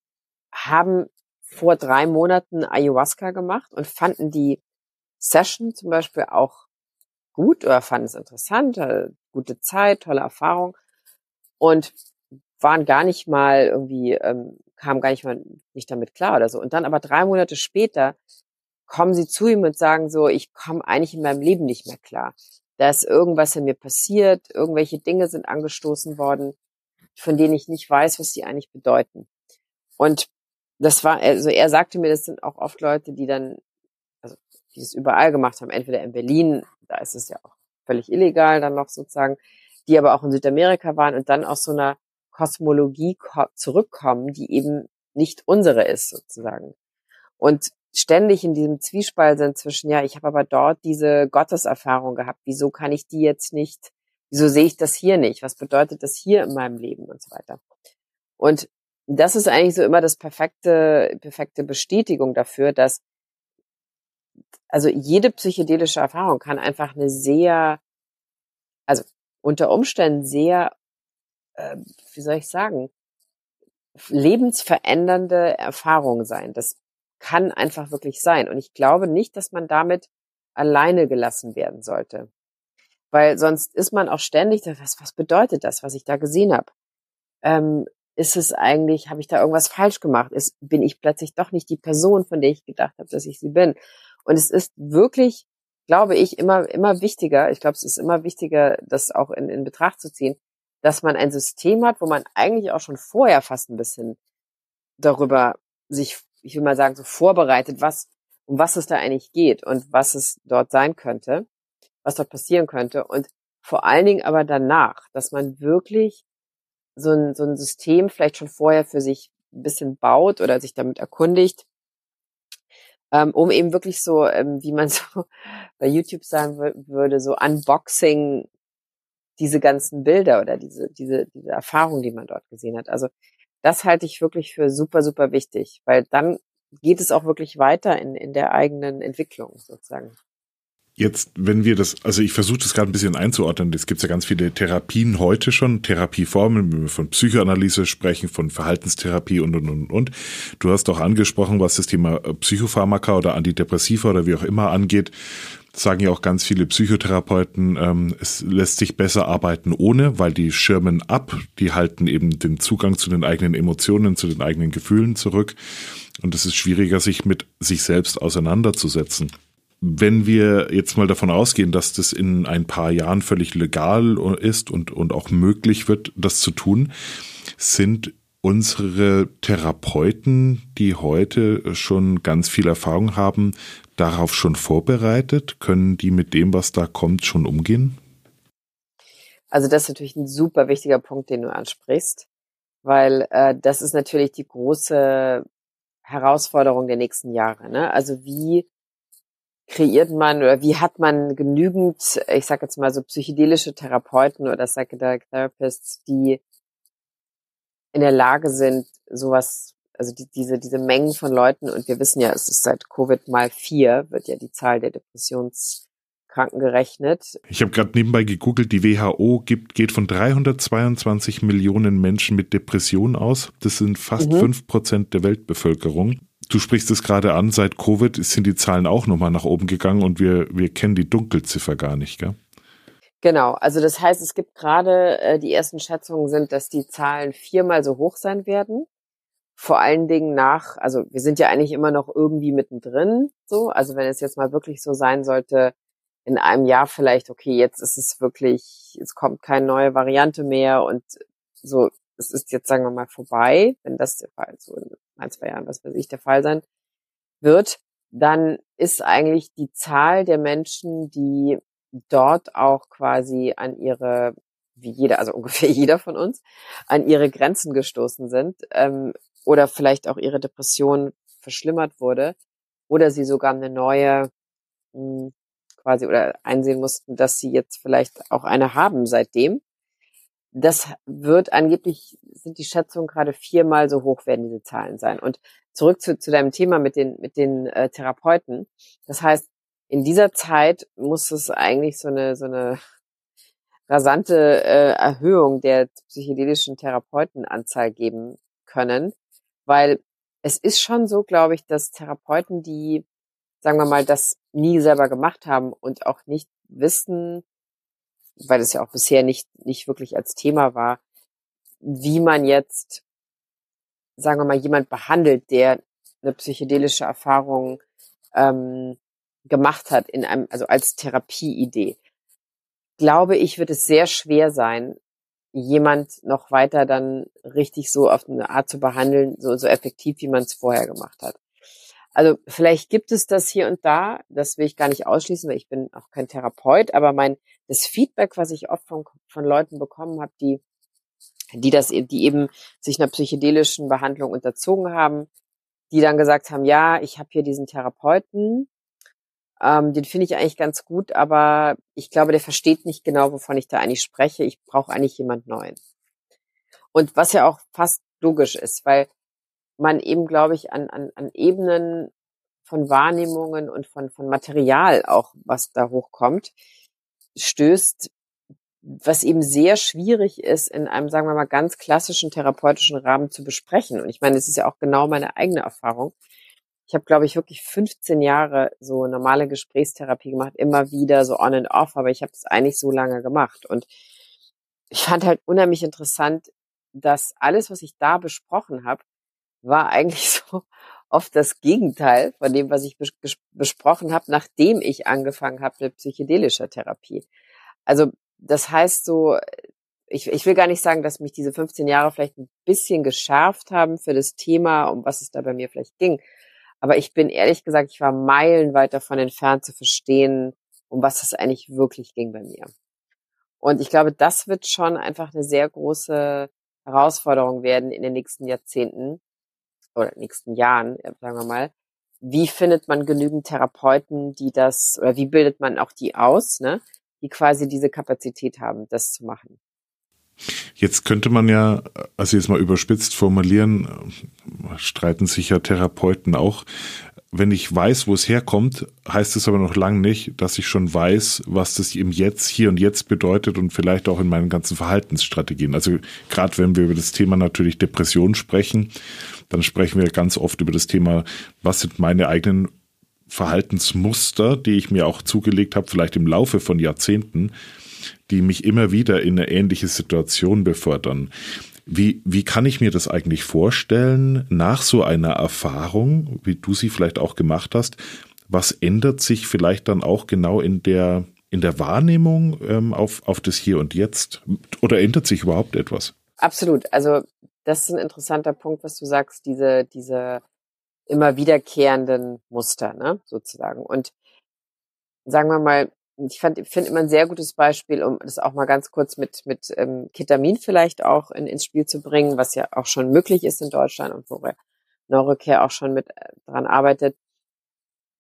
haben vor 3 Monaten Ayahuasca gemacht und fanden die Session zum Beispiel auch gut oder fanden es interessant, gute Zeit, tolle Erfahrung und waren gar nicht mal irgendwie, kamen gar nicht mal nicht damit klar oder so. Und dann aber 3 Monate später kommen sie zu ihm und sagen so, ich komme eigentlich in meinem Leben nicht mehr klar. Da ist irgendwas in mir passiert, irgendwelche Dinge sind angestoßen worden, von denen ich nicht weiß, was die eigentlich bedeuten. Und das war, also er sagte mir, das sind auch oft Leute, die dann, also die es überall gemacht haben, entweder in Berlin, da ist es ja auch völlig illegal dann noch sozusagen, die aber auch in Südamerika waren und dann aus so einer Kosmologie zurückkommen, die eben nicht unsere ist sozusagen. Und ständig in diesem Zwiespalt sind zwischen, ja, ich habe aber dort diese Gotteserfahrung gehabt, wieso kann ich die jetzt nicht, wieso sehe ich das hier nicht, was bedeutet das hier in meinem Leben und so weiter. Und das ist eigentlich so immer das perfekte Bestätigung dafür, dass also jede psychedelische Erfahrung kann einfach eine sehr, also unter Umständen sehr, wie soll ich sagen, lebensverändernde Erfahrung sein. Das kann einfach wirklich sein. Und ich glaube nicht, dass man damit alleine gelassen werden sollte. Weil sonst ist man auch ständig, was bedeutet das, was ich da gesehen habe? Ist es eigentlich, habe ich da irgendwas falsch gemacht? Bin ich plötzlich doch nicht die Person, von der ich gedacht habe, dass ich sie bin? Und es ist wirklich, glaube ich, immer wichtiger, ich glaube, es ist immer wichtiger, das auch in Betracht zu ziehen, dass man ein System hat, wo man eigentlich auch schon vorher fast ein bisschen darüber sich, ich will mal sagen, so vorbereitet, um was es da eigentlich geht und was es dort sein könnte, was dort passieren könnte. Und vor allen Dingen aber danach, dass man wirklich so ein System vielleicht schon vorher für sich ein bisschen baut oder sich damit erkundigt, um eben wirklich so, wie man so bei YouTube sagen würde, so Unboxing diese ganzen Bilder oder diese Erfahrung, die man dort gesehen hat. Also das halte ich wirklich für super, super wichtig, weil dann geht es auch wirklich weiter in der eigenen Entwicklung sozusagen. Jetzt, wenn wir das, also ich versuche das gerade ein bisschen einzuordnen, es gibt ja ganz viele Therapien heute schon, Therapieformen, wenn wir von Psychoanalyse sprechen, von Verhaltenstherapie und. Du hast auch angesprochen, was das Thema Psychopharmaka oder Antidepressiva oder wie auch immer angeht, sagen ja auch ganz viele Psychotherapeuten, es lässt sich besser arbeiten ohne, weil die schirmen ab, die halten eben den Zugang zu den eigenen Emotionen, zu den eigenen Gefühlen zurück und es ist schwieriger, sich mit sich selbst auseinanderzusetzen. Wenn wir jetzt mal davon ausgehen, dass das in ein paar Jahren völlig legal ist und auch möglich wird, das zu tun, sind unsere Therapeuten, die heute schon ganz viel Erfahrung haben, darauf schon vorbereitet? Können die mit dem, was da kommt, schon umgehen? Also das ist natürlich ein super wichtiger Punkt, den du ansprichst, weil das ist natürlich die große Herausforderung der nächsten Jahre. Ne? Also wie kreiert man oder wie hat man genügend, ich sage jetzt mal so psychedelische Therapeuten oder Psychedelic Therapists, die in der Lage sind, sowas, also diese Mengen von Leuten, und wir wissen ja, es ist seit Covid mal 4, wird ja die Zahl der Depressionskranken gerechnet. Ich habe gerade nebenbei gegoogelt, die WHO geht von 322 Millionen Menschen mit Depressionen aus. Das sind fast 5% der Weltbevölkerung. Du sprichst es gerade an, seit Covid sind die Zahlen auch nochmal nach oben gegangen und wir kennen die Dunkelziffer gar nicht, gell? Genau, also das heißt, es gibt gerade, die ersten Schätzungen sind, dass die Zahlen 4-mal so hoch sein werden. Vor allen Dingen also wir sind ja eigentlich immer noch irgendwie mittendrin, so. Also wenn es jetzt mal wirklich so sein sollte, in einem Jahr vielleicht, okay, jetzt ist es wirklich, es kommt keine neue Variante mehr und so, es ist jetzt, sagen wir mal, vorbei, wenn das der Fall, so in 1-2 Jahren, was weiß ich, der Fall sein wird, dann ist eigentlich die Zahl der Menschen, die dort auch quasi an ihre, wie jeder, also ungefähr jeder von uns, an ihre Grenzen gestoßen sind, oder vielleicht auch ihre Depression verschlimmert wurde oder sie sogar eine neue quasi oder einsehen mussten, dass sie jetzt vielleicht auch eine haben seitdem. Das wird angeblich, sind die Schätzungen gerade 4-mal so hoch werden diese Zahlen sein. Und zurück zu deinem Thema mit den Therapeuten. Das heißt, in dieser Zeit muss es eigentlich so eine rasante Erhöhung der psychedelischen Therapeutenanzahl geben können, weil es ist schon so, glaube ich, dass Therapeuten, die, sagen wir mal, das nie selber gemacht haben und auch nicht wissen, weil es ja auch bisher nicht wirklich als Thema war, wie man jetzt, sagen wir mal, jemand behandelt, der eine psychedelische Erfahrung gemacht hat also als Therapieidee. Glaube ich, wird es sehr schwer sein, jemand noch weiter dann richtig so auf eine Art zu behandeln, so effektiv, wie man es vorher gemacht hat. Also vielleicht gibt es das hier und da, das will ich gar nicht ausschließen, weil ich bin auch kein Therapeut, aber das Feedback, was ich oft von Leuten bekommen habe, die eben sich einer psychedelischen Behandlung unterzogen haben, die dann gesagt haben, ja, ich habe hier diesen Therapeuten, den finde ich eigentlich ganz gut, aber ich glaube, der versteht nicht genau, wovon ich da eigentlich spreche. Ich brauche eigentlich jemand Neuen. Und was ja auch fast logisch ist, weil man eben, glaube ich, an Ebenen von Wahrnehmungen und von Material auch, was da hochkommt, stößt, was eben sehr schwierig ist, in einem, sagen wir mal, ganz klassischen therapeutischen Rahmen zu besprechen. Und ich meine, es ist ja auch genau meine eigene Erfahrung. Ich habe, glaube ich, wirklich 15 Jahre so normale Gesprächstherapie gemacht, immer wieder so on and off, aber ich habe das eigentlich so lange gemacht. Und ich fand halt unheimlich interessant, dass alles, was ich da besprochen habe, war eigentlich so oft das Gegenteil von dem, was ich besprochen habe, nachdem ich angefangen habe mit psychedelischer Therapie. Also das heißt so, ich will gar nicht sagen, dass mich diese 15 Jahre vielleicht ein bisschen geschärft haben für das Thema, um was es da bei mir vielleicht ging. Aber ich bin ehrlich gesagt, ich war meilenweit davon entfernt zu verstehen, um was es eigentlich wirklich ging bei mir. Und ich glaube, das wird schon einfach eine sehr große Herausforderung werden in den nächsten Jahrzehnten oder nächsten Jahren, sagen wir mal. Wie findet man genügend Therapeuten, oder wie bildet man auch die aus, ne, die quasi diese Kapazität haben, das zu machen? Jetzt könnte man ja, also jetzt mal überspitzt formulieren, streiten sich ja Therapeuten auch. Wenn ich weiß, wo es herkommt, heißt es aber noch lange nicht, dass ich schon weiß, was das im Jetzt, hier und jetzt bedeutet und vielleicht auch in meinen ganzen Verhaltensstrategien. Also gerade wenn wir über das Thema natürlich Depression sprechen, dann sprechen wir ganz oft über das Thema, was sind meine eigenen Verhaltensmuster, die ich mir auch zugelegt habe, vielleicht im Laufe von Jahrzehnten, die mich immer wieder in eine ähnliche Situation befördern. Wie kann ich mir das eigentlich vorstellen, nach so einer Erfahrung, wie du sie vielleicht auch gemacht hast, was ändert sich vielleicht dann auch genau in der Wahrnehmung auf das Hier und Jetzt? Oder ändert sich überhaupt etwas? Absolut. Also das ist ein interessanter Punkt, was du sagst, diese immer wiederkehrenden Muster, ne, sozusagen. Und sagen wir mal, ich finde immer ein sehr gutes Beispiel, um das auch mal ganz kurz mit Ketamin vielleicht auch ins Spiel zu bringen, was ja auch schon möglich ist in Deutschland und wo Neurocare auch schon mit dran arbeitet,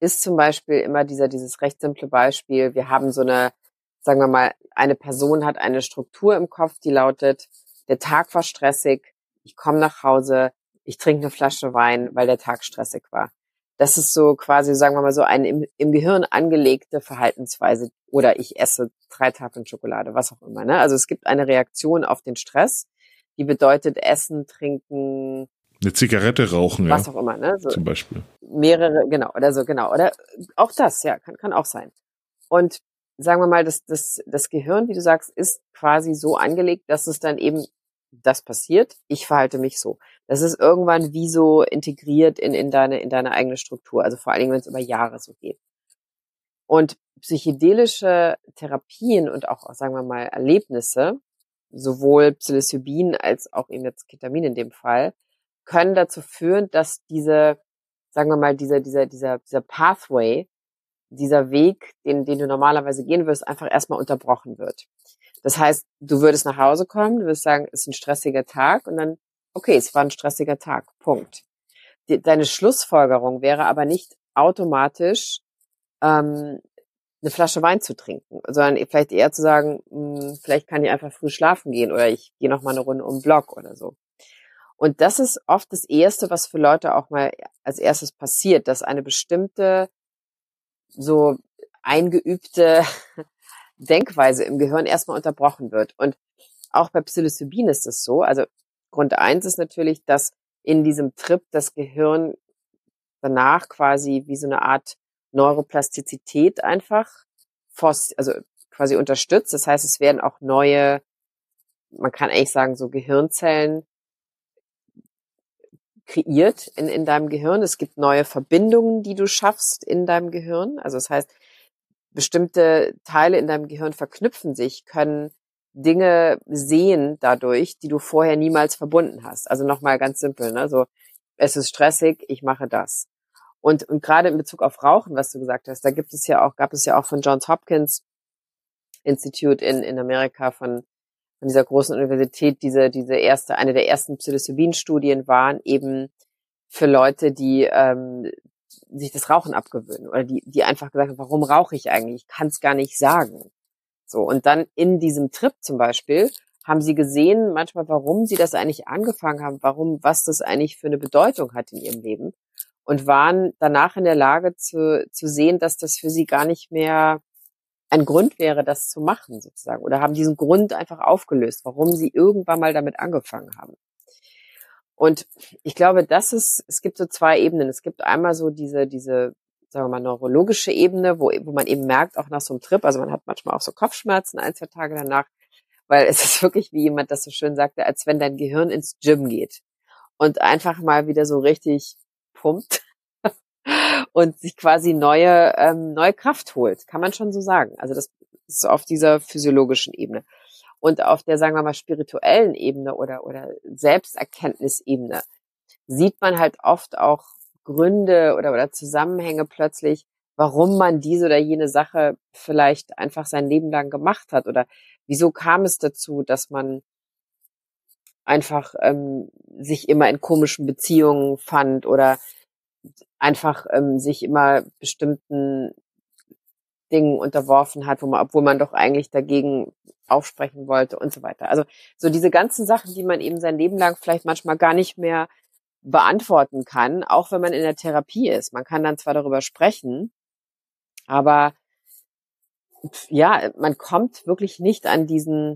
ist zum Beispiel immer dieses recht simple Beispiel. Wir haben so eine, sagen wir mal, eine Person hat eine Struktur im Kopf, die lautet, der Tag war stressig, ich komme nach Hause, ich trinke eine Flasche Wein, weil der Tag stressig war. Das ist so quasi, sagen wir mal, so eine im Gehirn angelegte Verhaltensweise. Oder ich esse 3 Tafeln Schokolade, was auch immer. Ne? Also es gibt eine Reaktion auf den Stress, die bedeutet Essen, Trinken, eine Zigarette rauchen, was auch immer, ne? So zum Beispiel. mehrere, genau, oder so, genau. Oder auch das, ja, kann auch sein. Und sagen wir mal, das Gehirn, wie du sagst, ist quasi so angelegt, dass es dann eben das passiert. Ich verhalte mich so. Das ist irgendwann wie so integriert in deine eigene Struktur. Also vor allen Dingen, wenn es über Jahre so geht. Und psychedelische Therapien und auch, sagen wir mal, Erlebnisse, sowohl Psilocybin als auch eben jetzt Ketamin in dem Fall, können dazu führen, dass sagen wir mal, dieser Pathway, dieser Weg, den du normalerweise gehen würdest, einfach erstmal unterbrochen wird. Das heißt, du würdest nach Hause kommen, du würdest sagen, es ist ein stressiger Tag und dann, okay, es war ein stressiger Tag, Punkt. Deine Schlussfolgerung wäre aber nicht automatisch, eine Flasche Wein zu trinken, sondern vielleicht eher zu sagen, vielleicht kann ich einfach früh schlafen gehen oder ich gehe noch mal eine Runde um den Block oder so. Und das ist oft das Erste, was für Leute auch mal als erstes passiert, dass eine bestimmte so eingeübte Denkweise im Gehirn erstmal unterbrochen wird. Und auch bei Psilocybin ist es so. Also Grund 1 ist natürlich, dass in diesem Trip das Gehirn danach quasi wie so eine Art Neuroplastizität einfach also quasi unterstützt. Das heißt, es werden auch neue, man kann eigentlich sagen, so Gehirnzellen kreiert in deinem Gehirn. Es gibt neue Verbindungen, die du schaffst in deinem Gehirn. Also das heißt, bestimmte Teile in deinem Gehirn verknüpfen sich, können Dinge sehen dadurch, die du vorher niemals verbunden hast. Also nochmal ganz simpel, ne? So, es ist stressig, ich mache das. Und gerade in Bezug auf Rauchen, was du gesagt hast, gab es ja auch von Johns Hopkins Institute in Amerika von dieser großen Universität, eine der ersten Psilocybin-Studien waren eben für Leute, die sich das Rauchen abgewöhnen oder die einfach gesagt haben, warum rauche ich eigentlich? Ich kann es gar nicht sagen. So, und dann in diesem Trip zum Beispiel haben sie gesehen, manchmal, warum sie das eigentlich angefangen haben, was das eigentlich für eine Bedeutung hat in ihrem Leben und waren danach in der Lage zu sehen, dass das für sie gar nicht mehr ein Grund wäre, das zu machen sozusagen, oder haben diesen Grund einfach aufgelöst, warum sie irgendwann mal damit angefangen haben. Und ich glaube, es gibt so 2 Ebenen. Es gibt einmal so diese, sagen wir mal, neurologische Ebene, wo man eben merkt, auch nach so einem Trip, also man hat manchmal auch so Kopfschmerzen 1, 2 Tage danach, weil es ist wirklich, wie jemand das so schön sagte, als wenn dein Gehirn ins Gym geht und einfach mal wieder so richtig pumpt und sich quasi neue Kraft holt, kann man schon so sagen. Also das ist auf dieser physiologischen Ebene. Und auf der, sagen wir mal, spirituellen Ebene oder Selbsterkenntnisebene sieht man halt oft auch Gründe oder Zusammenhänge plötzlich, warum man diese oder jene Sache vielleicht einfach sein Leben lang gemacht hat oder wieso kam es dazu, dass man einfach sich immer in komischen Beziehungen fand oder einfach sich immer bestimmten Dingen unterworfen hat, obwohl man doch eigentlich dagegen aufsprechen wollte und so weiter. Also so diese ganzen Sachen, die man eben sein Leben lang vielleicht manchmal gar nicht mehr beantworten kann, auch wenn man in der Therapie ist. Man kann dann zwar darüber sprechen, aber ja, man kommt wirklich nicht an diese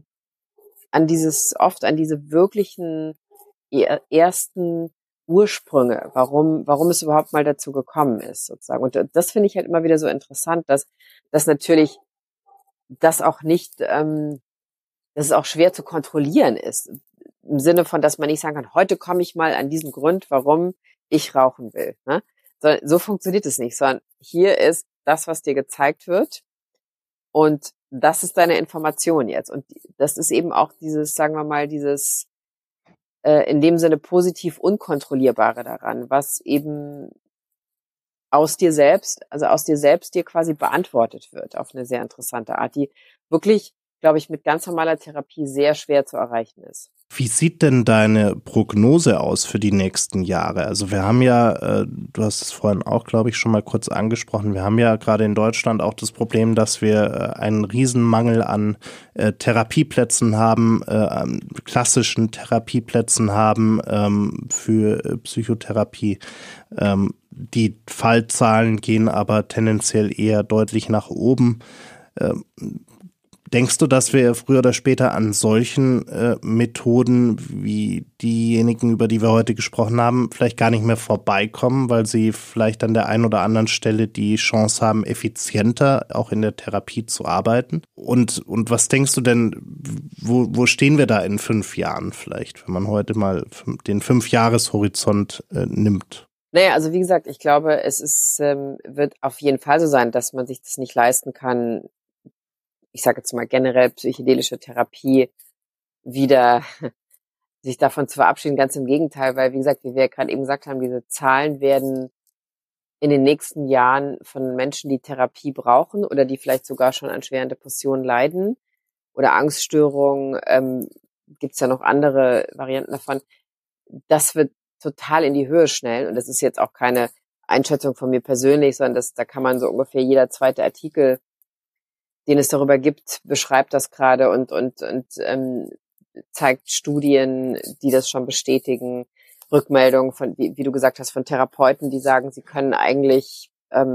wirklichen ersten Ursprünge, warum es überhaupt mal dazu gekommen ist, sozusagen. Und das finde ich halt immer wieder so interessant, dass natürlich das auch nicht, dass es auch schwer zu kontrollieren ist. Im Sinne von, dass man nicht sagen kann, heute komme ich mal an diesen Grund, warum ich rauchen will. Ne? So funktioniert es nicht, sondern hier ist das, was dir gezeigt wird und das ist deine Information jetzt. Und das ist eben auch dieses, sagen wir mal, dieses in dem Sinne positiv Unkontrollierbare daran, was eben aus dir selbst dir quasi beantwortet wird auf eine sehr interessante Art, die wirklich, glaube ich, mit ganz normaler Therapie sehr schwer zu erreichen ist. Wie sieht denn deine Prognose aus für die nächsten Jahre? Also wir haben ja, du hast es vorhin auch, glaube ich, schon mal kurz angesprochen, wir haben ja gerade in Deutschland auch das Problem, dass wir einen Riesenmangel an Therapieplätzen haben, klassischen Therapieplätzen haben für Psychotherapie. Die Fallzahlen gehen aber tendenziell eher deutlich nach oben. Denkst du, dass wir früher oder später an solchen Methoden wie diejenigen, über die wir heute gesprochen haben, vielleicht gar nicht mehr vorbeikommen, weil sie vielleicht an der einen oder anderen Stelle die Chance haben, effizienter auch in der Therapie zu arbeiten? Und was denkst du denn, wo stehen wir da in 5 Jahren vielleicht, wenn man heute mal den 5-Jahres-Horizont nimmt? Naja, also wie gesagt, ich glaube, wird auf jeden Fall so sein, dass man sich das nicht leisten kann, ich sage jetzt mal generell psychedelische Therapie wieder sich davon zu verabschieden. Ganz im Gegenteil, weil wie gesagt, wie wir ja gerade eben gesagt haben, diese Zahlen werden in den nächsten Jahren von Menschen, die Therapie brauchen oder die vielleicht sogar schon an schweren Depressionen leiden oder Angststörungen, gibt's ja noch andere Varianten davon. Das wird total in die Höhe schnellen und das ist jetzt auch keine Einschätzung von mir persönlich, sondern da kann man so ungefähr jeder zweite Artikel, den es darüber gibt, beschreibt das gerade und zeigt Studien, die das schon bestätigen, Rückmeldungen von, wie du gesagt hast, von Therapeuten, die sagen, sie können eigentlich,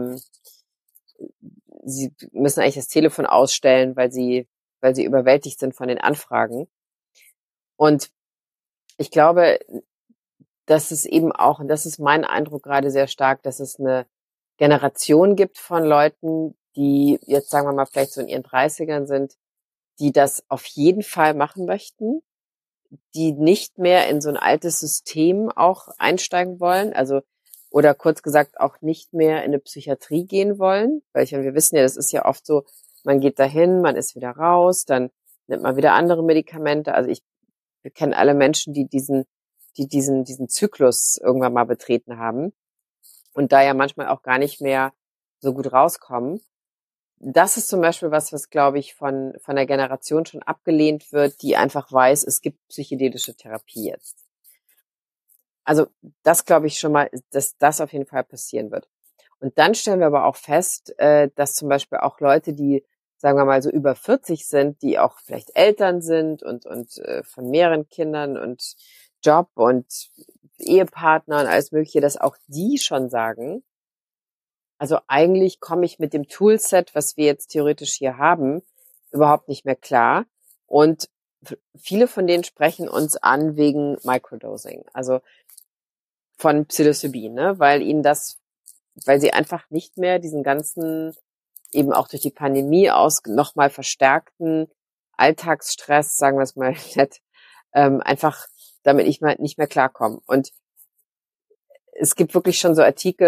sie müssen eigentlich das Telefon ausstellen, weil sie überwältigt sind von den Anfragen. Und ich glaube, dass es eben auch, und das ist mein Eindruck gerade sehr stark, dass es eine Generation gibt von Leuten, die jetzt, sagen wir mal, vielleicht so in ihren 30ern sind, die das auf jeden Fall machen möchten, die nicht mehr in so ein altes System auch einsteigen wollen, also oder kurz gesagt auch nicht mehr in eine Psychiatrie gehen wollen, weil wir wissen ja, das ist ja oft so, man geht dahin, man ist wieder raus, dann nimmt man wieder andere Medikamente. Also wir kennen alle Menschen, die diesen Zyklus irgendwann mal betreten haben und da ja manchmal auch gar nicht mehr so gut rauskommen. Das ist zum Beispiel was glaube ich von der Generation schon abgelehnt wird, die einfach weiß, es gibt psychedelische Therapie jetzt. Also das glaube ich schon mal, dass das auf jeden Fall passieren wird. Und dann stellen wir aber auch fest, dass zum Beispiel auch Leute, die, sagen wir mal, so über 40 sind, die auch vielleicht Eltern sind und von mehreren Kindern und Job und Ehepartner und alles Mögliche, dass auch die schon sagen, also eigentlich komme ich mit dem Toolset, was wir jetzt theoretisch hier haben, überhaupt nicht mehr klar. Und viele von denen sprechen uns an wegen Microdosing, also von Psilocybin, ne? Weil sie einfach nicht mehr diesen ganzen, eben auch durch die Pandemie nochmal verstärkten Alltagsstress, sagen wir es mal nett, einfach damit nicht mehr klarkommen. Und es gibt wirklich schon so Artikel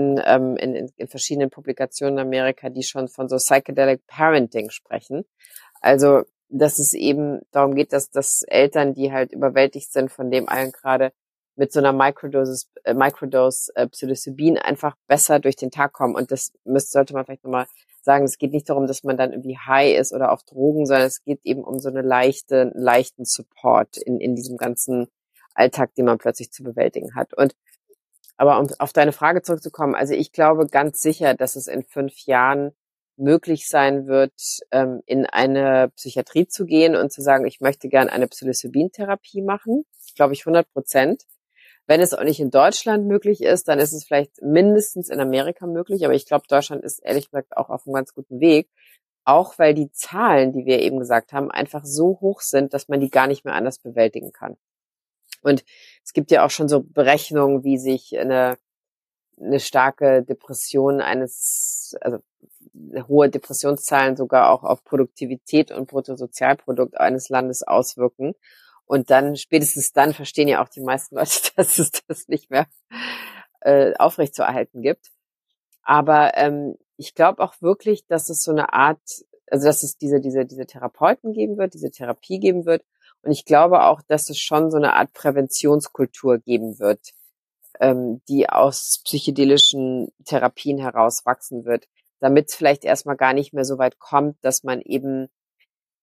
in verschiedenen Publikationen in Amerika, die schon von so Psychedelic Parenting sprechen. Also, dass es eben darum geht, dass Eltern, die halt überwältigt sind von dem allen gerade, mit so einer Microdose Psilocybin einfach besser durch den Tag kommen. Und das sollte man vielleicht nochmal sagen. Es geht nicht darum, dass man dann irgendwie high ist oder auf Drogen, sondern es geht eben um so einen leichten Support in diesem ganzen Alltag, den man plötzlich zu bewältigen hat. Aber um auf deine Frage zurückzukommen, also ich glaube ganz sicher, dass es in 5 Jahren möglich sein wird, in eine Psychiatrie zu gehen und zu sagen, ich möchte gern eine Psilocybin-Therapie machen. Glaube ich 100%. Wenn es auch nicht in Deutschland möglich ist, dann ist es vielleicht mindestens in Amerika möglich. Aber ich glaube, Deutschland ist ehrlich gesagt auch auf einem ganz guten Weg. Auch weil die Zahlen, die wir eben gesagt haben, einfach so hoch sind, dass man die gar nicht mehr anders bewältigen kann. Und es gibt ja auch schon so Berechnungen, wie sich eine starke Depression also hohe Depressionszahlen sogar auch auf Produktivität und Bruttosozialprodukt eines Landes auswirken. Und dann, spätestens dann verstehen ja auch die meisten Leute, dass es das nicht mehr aufrechtzuerhalten gibt. Aber ich glaube auch wirklich, dass es so eine Art, also dass es diese Therapeuten geben wird, diese Therapie geben wird. Und ich glaube auch, dass es schon so eine Art Präventionskultur geben wird, die aus psychedelischen Therapien heraus wachsen wird, damit es vielleicht erstmal gar nicht mehr so weit kommt, dass man eben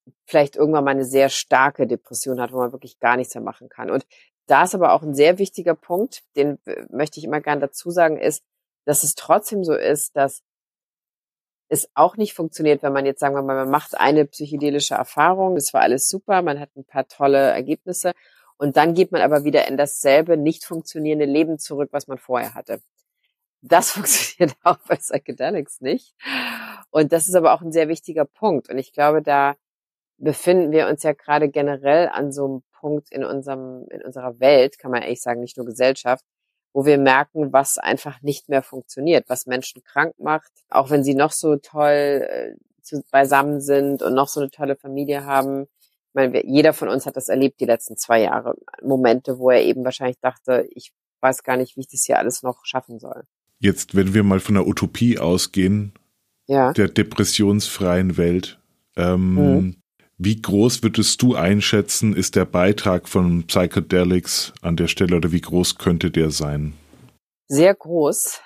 vielleicht irgendwann mal eine sehr starke Depression hat, wo man wirklich gar nichts mehr machen kann. Und da ist aber auch ein sehr wichtiger Punkt, den möchte ich immer gerne dazu sagen, ist, dass es trotzdem so ist, dass es auch nicht funktioniert, wenn man jetzt, sagen wir mal, man macht eine psychedelische Erfahrung, das war alles super, man hat ein paar tolle Ergebnisse und dann geht man aber wieder in dasselbe nicht funktionierende Leben zurück, was man vorher hatte. Das funktioniert auch bei Psychedelics nicht. Und das ist aber auch ein sehr wichtiger Punkt. Und ich glaube, da befinden wir uns ja gerade generell an so einem Punkt in unserer Welt, kann man ehrlich sagen, nicht nur Gesellschaft, wo wir merken, was einfach nicht mehr funktioniert, was Menschen krank macht, auch wenn sie noch so toll beisammen sind und noch so eine tolle Familie haben. Ich meine, jeder von uns hat das erlebt die letzten 2 Jahre. Momente, wo er eben wahrscheinlich dachte, ich weiß gar nicht, wie ich das hier alles noch schaffen soll. Jetzt, wenn wir mal von der Utopie ausgehen, Ja. der depressionsfreien Welt, wie groß würdest du einschätzen, ist der Beitrag von Psychedelics an der Stelle oder wie groß könnte der sein? Sehr groß.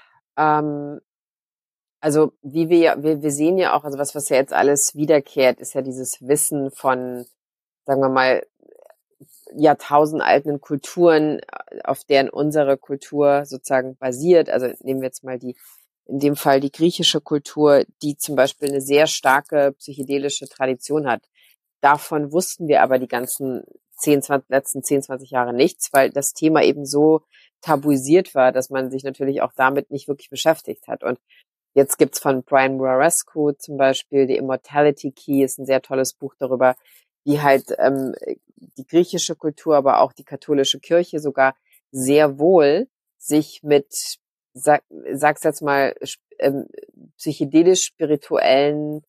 Also wie wir sehen ja auch, also was ja jetzt alles wiederkehrt, ist ja dieses Wissen von, sagen wir mal, jahrtausendalten Kulturen, auf deren unsere Kultur sozusagen basiert. Also nehmen wir jetzt mal in dem Fall die griechische Kultur, die zum Beispiel eine sehr starke psychedelische Tradition hat. Davon wussten wir aber die ganzen letzten 10, 20 Jahre nichts, weil das Thema eben so tabuisiert war, dass man sich natürlich auch damit nicht wirklich beschäftigt hat. Und jetzt gibt's von Brian Muraresku zum Beispiel The Immortality Key, ist ein sehr tolles Buch darüber, wie halt die griechische Kultur, aber auch die katholische Kirche sogar sehr wohl sich mit, sag's jetzt mal, psychedelisch-spirituellen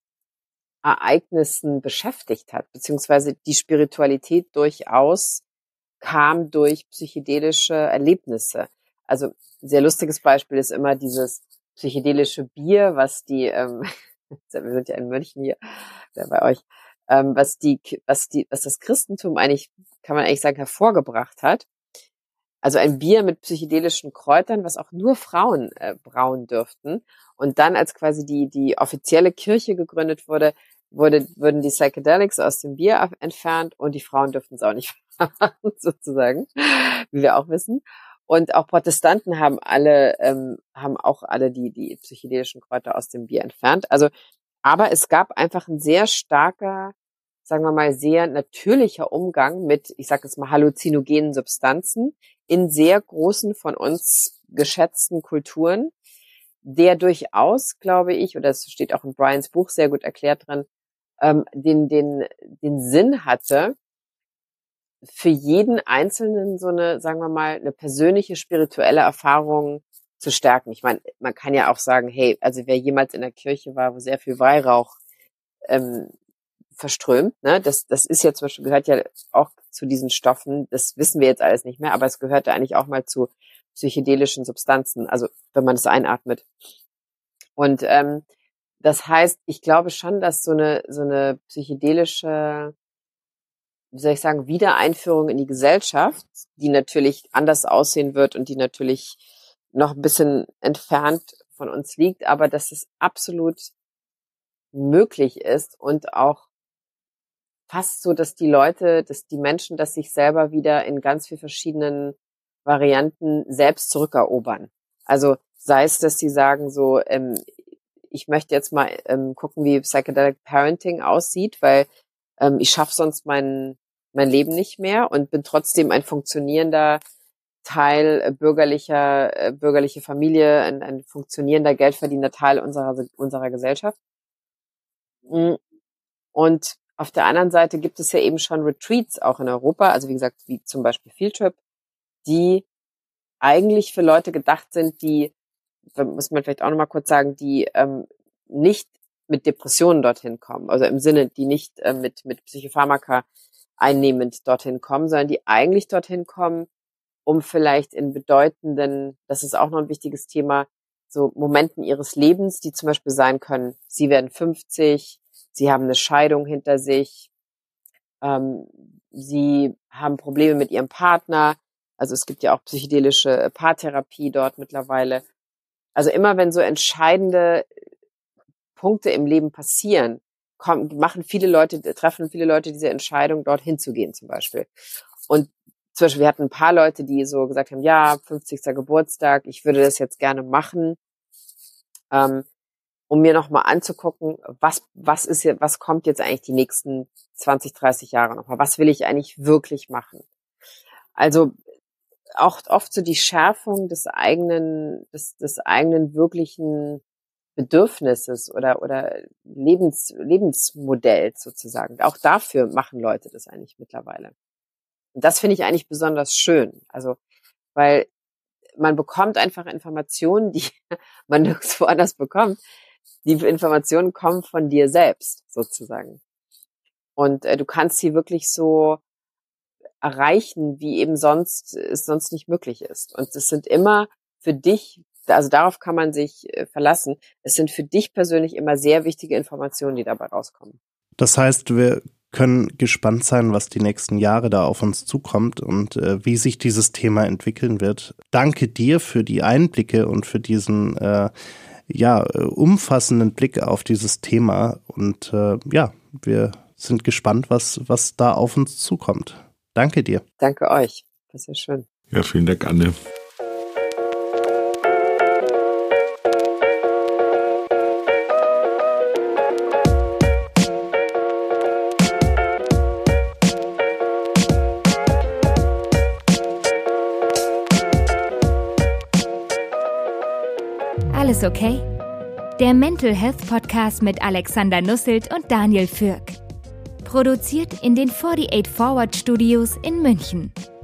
Ereignissen beschäftigt hat, beziehungsweise die Spiritualität durchaus kam durch psychedelische Erlebnisse. Also ein sehr lustiges Beispiel ist immer dieses psychedelische Bier, was wir sind ja in München hier, bei euch, was das Christentum eigentlich, kann man eigentlich sagen, hervorgebracht hat. Also ein Bier mit psychedelischen Kräutern, was auch nur Frauen brauen dürften. Und dann, als quasi die offizielle Kirche gegründet wurde, wurden die Psychedelics aus dem Bier entfernt und die Frauen dürften es auch nicht machen, sozusagen, wie wir auch wissen. Und auch Protestanten haben auch alle die psychedelischen Kräuter aus dem Bier entfernt. Also, aber es gab einfach ein sehr starker, sagen wir mal, sehr natürlicher Umgang mit, ich sage jetzt mal, halluzinogenen Substanzen in sehr großen, von uns geschätzten Kulturen, der durchaus, glaube ich, oder es steht auch in Brians Buch sehr gut erklärt drin, den Sinn hatte, für jeden Einzelnen so eine, sagen wir mal, eine persönliche spirituelle Erfahrung zu stärken. Ich meine, man kann ja auch sagen, hey, also wer jemals in der Kirche war, wo sehr viel Weihrauch verströmt, ne, das ist ja zum Beispiel, gehört ja auch zu diesen Stoffen, das wissen wir jetzt alles nicht mehr, aber es gehörte eigentlich auch mal zu psychedelischen Substanzen, also wenn man es einatmet. Und das heißt, ich glaube schon, dass so eine psychedelische, wie soll ich sagen, Wiedereinführung in die Gesellschaft, die natürlich anders aussehen wird und die natürlich noch ein bisschen entfernt von uns liegt, aber dass es absolut möglich ist und auch fast so, dass die Menschen das sich selber wieder in ganz vielen verschiedenen Varianten selbst zurückerobern. Also sei es, dass sie sagen so, ich möchte jetzt mal gucken, wie Psychedelic Parenting aussieht, weil ich schaffe sonst mein Leben nicht mehr und bin trotzdem ein funktionierender Teil bürgerliche Familie, ein funktionierender, geldverdienender Teil unserer Gesellschaft. Und auf der anderen Seite gibt es ja eben schon Retreats auch in Europa, also wie gesagt, wie zum Beispiel Fieldtrip, die eigentlich für Leute gedacht sind, die, muss man vielleicht auch nochmal kurz sagen, die nicht mit Depressionen dorthin kommen, also im Sinne, die nicht mit Psychopharmaka einnehmend dorthin kommen, sondern die eigentlich dorthin kommen, um vielleicht in bedeutenden, das ist auch noch ein wichtiges Thema, so Momenten ihres Lebens, die zum Beispiel sein können, sie werden 50, sie haben eine Scheidung hinter sich, sie haben Probleme mit ihrem Partner, also es gibt ja auch psychedelische Paartherapie dort mittlerweile. Also immer wenn so entscheidende Punkte im Leben passieren, treffen viele Leute diese Entscheidung, dorthin zu gehen zum Beispiel. Und zum Beispiel, wir hatten ein paar Leute, die so gesagt haben, ja, 50. Geburtstag, ich würde das jetzt gerne machen, um mir nochmal anzugucken, was kommt jetzt eigentlich die nächsten 20, 30 Jahre nochmal? Was will ich eigentlich wirklich machen? Also auch oft so die Schärfung des eigenen wirklichen Bedürfnisses oder Lebensmodells sozusagen. Auch dafür machen Leute das eigentlich mittlerweile. Und das finde ich eigentlich besonders schön. Also, weil man bekommt einfach Informationen, die man nirgendwo anders bekommt. Die Informationen kommen von dir selbst sozusagen. Und du kannst sie wirklich so erreichen, wie eben es sonst nicht möglich ist. Und es sind immer für dich, also darauf kann man sich verlassen, es sind für dich persönlich immer sehr wichtige Informationen, die dabei rauskommen. Das heißt, wir können gespannt sein, was die nächsten Jahre da auf uns zukommt und wie sich dieses Thema entwickeln wird. Danke dir für die Einblicke und für diesen umfassenden Blick auf dieses Thema. Und wir sind gespannt, was da auf uns zukommt. Danke dir. Danke euch. Das ist ja schön. Ja, vielen Dank, Anne. Alles okay? Der Mental Health Podcast mit Alexander Nusselt und Daniel Fürk. Produziert in den 48 Forward Studios in München.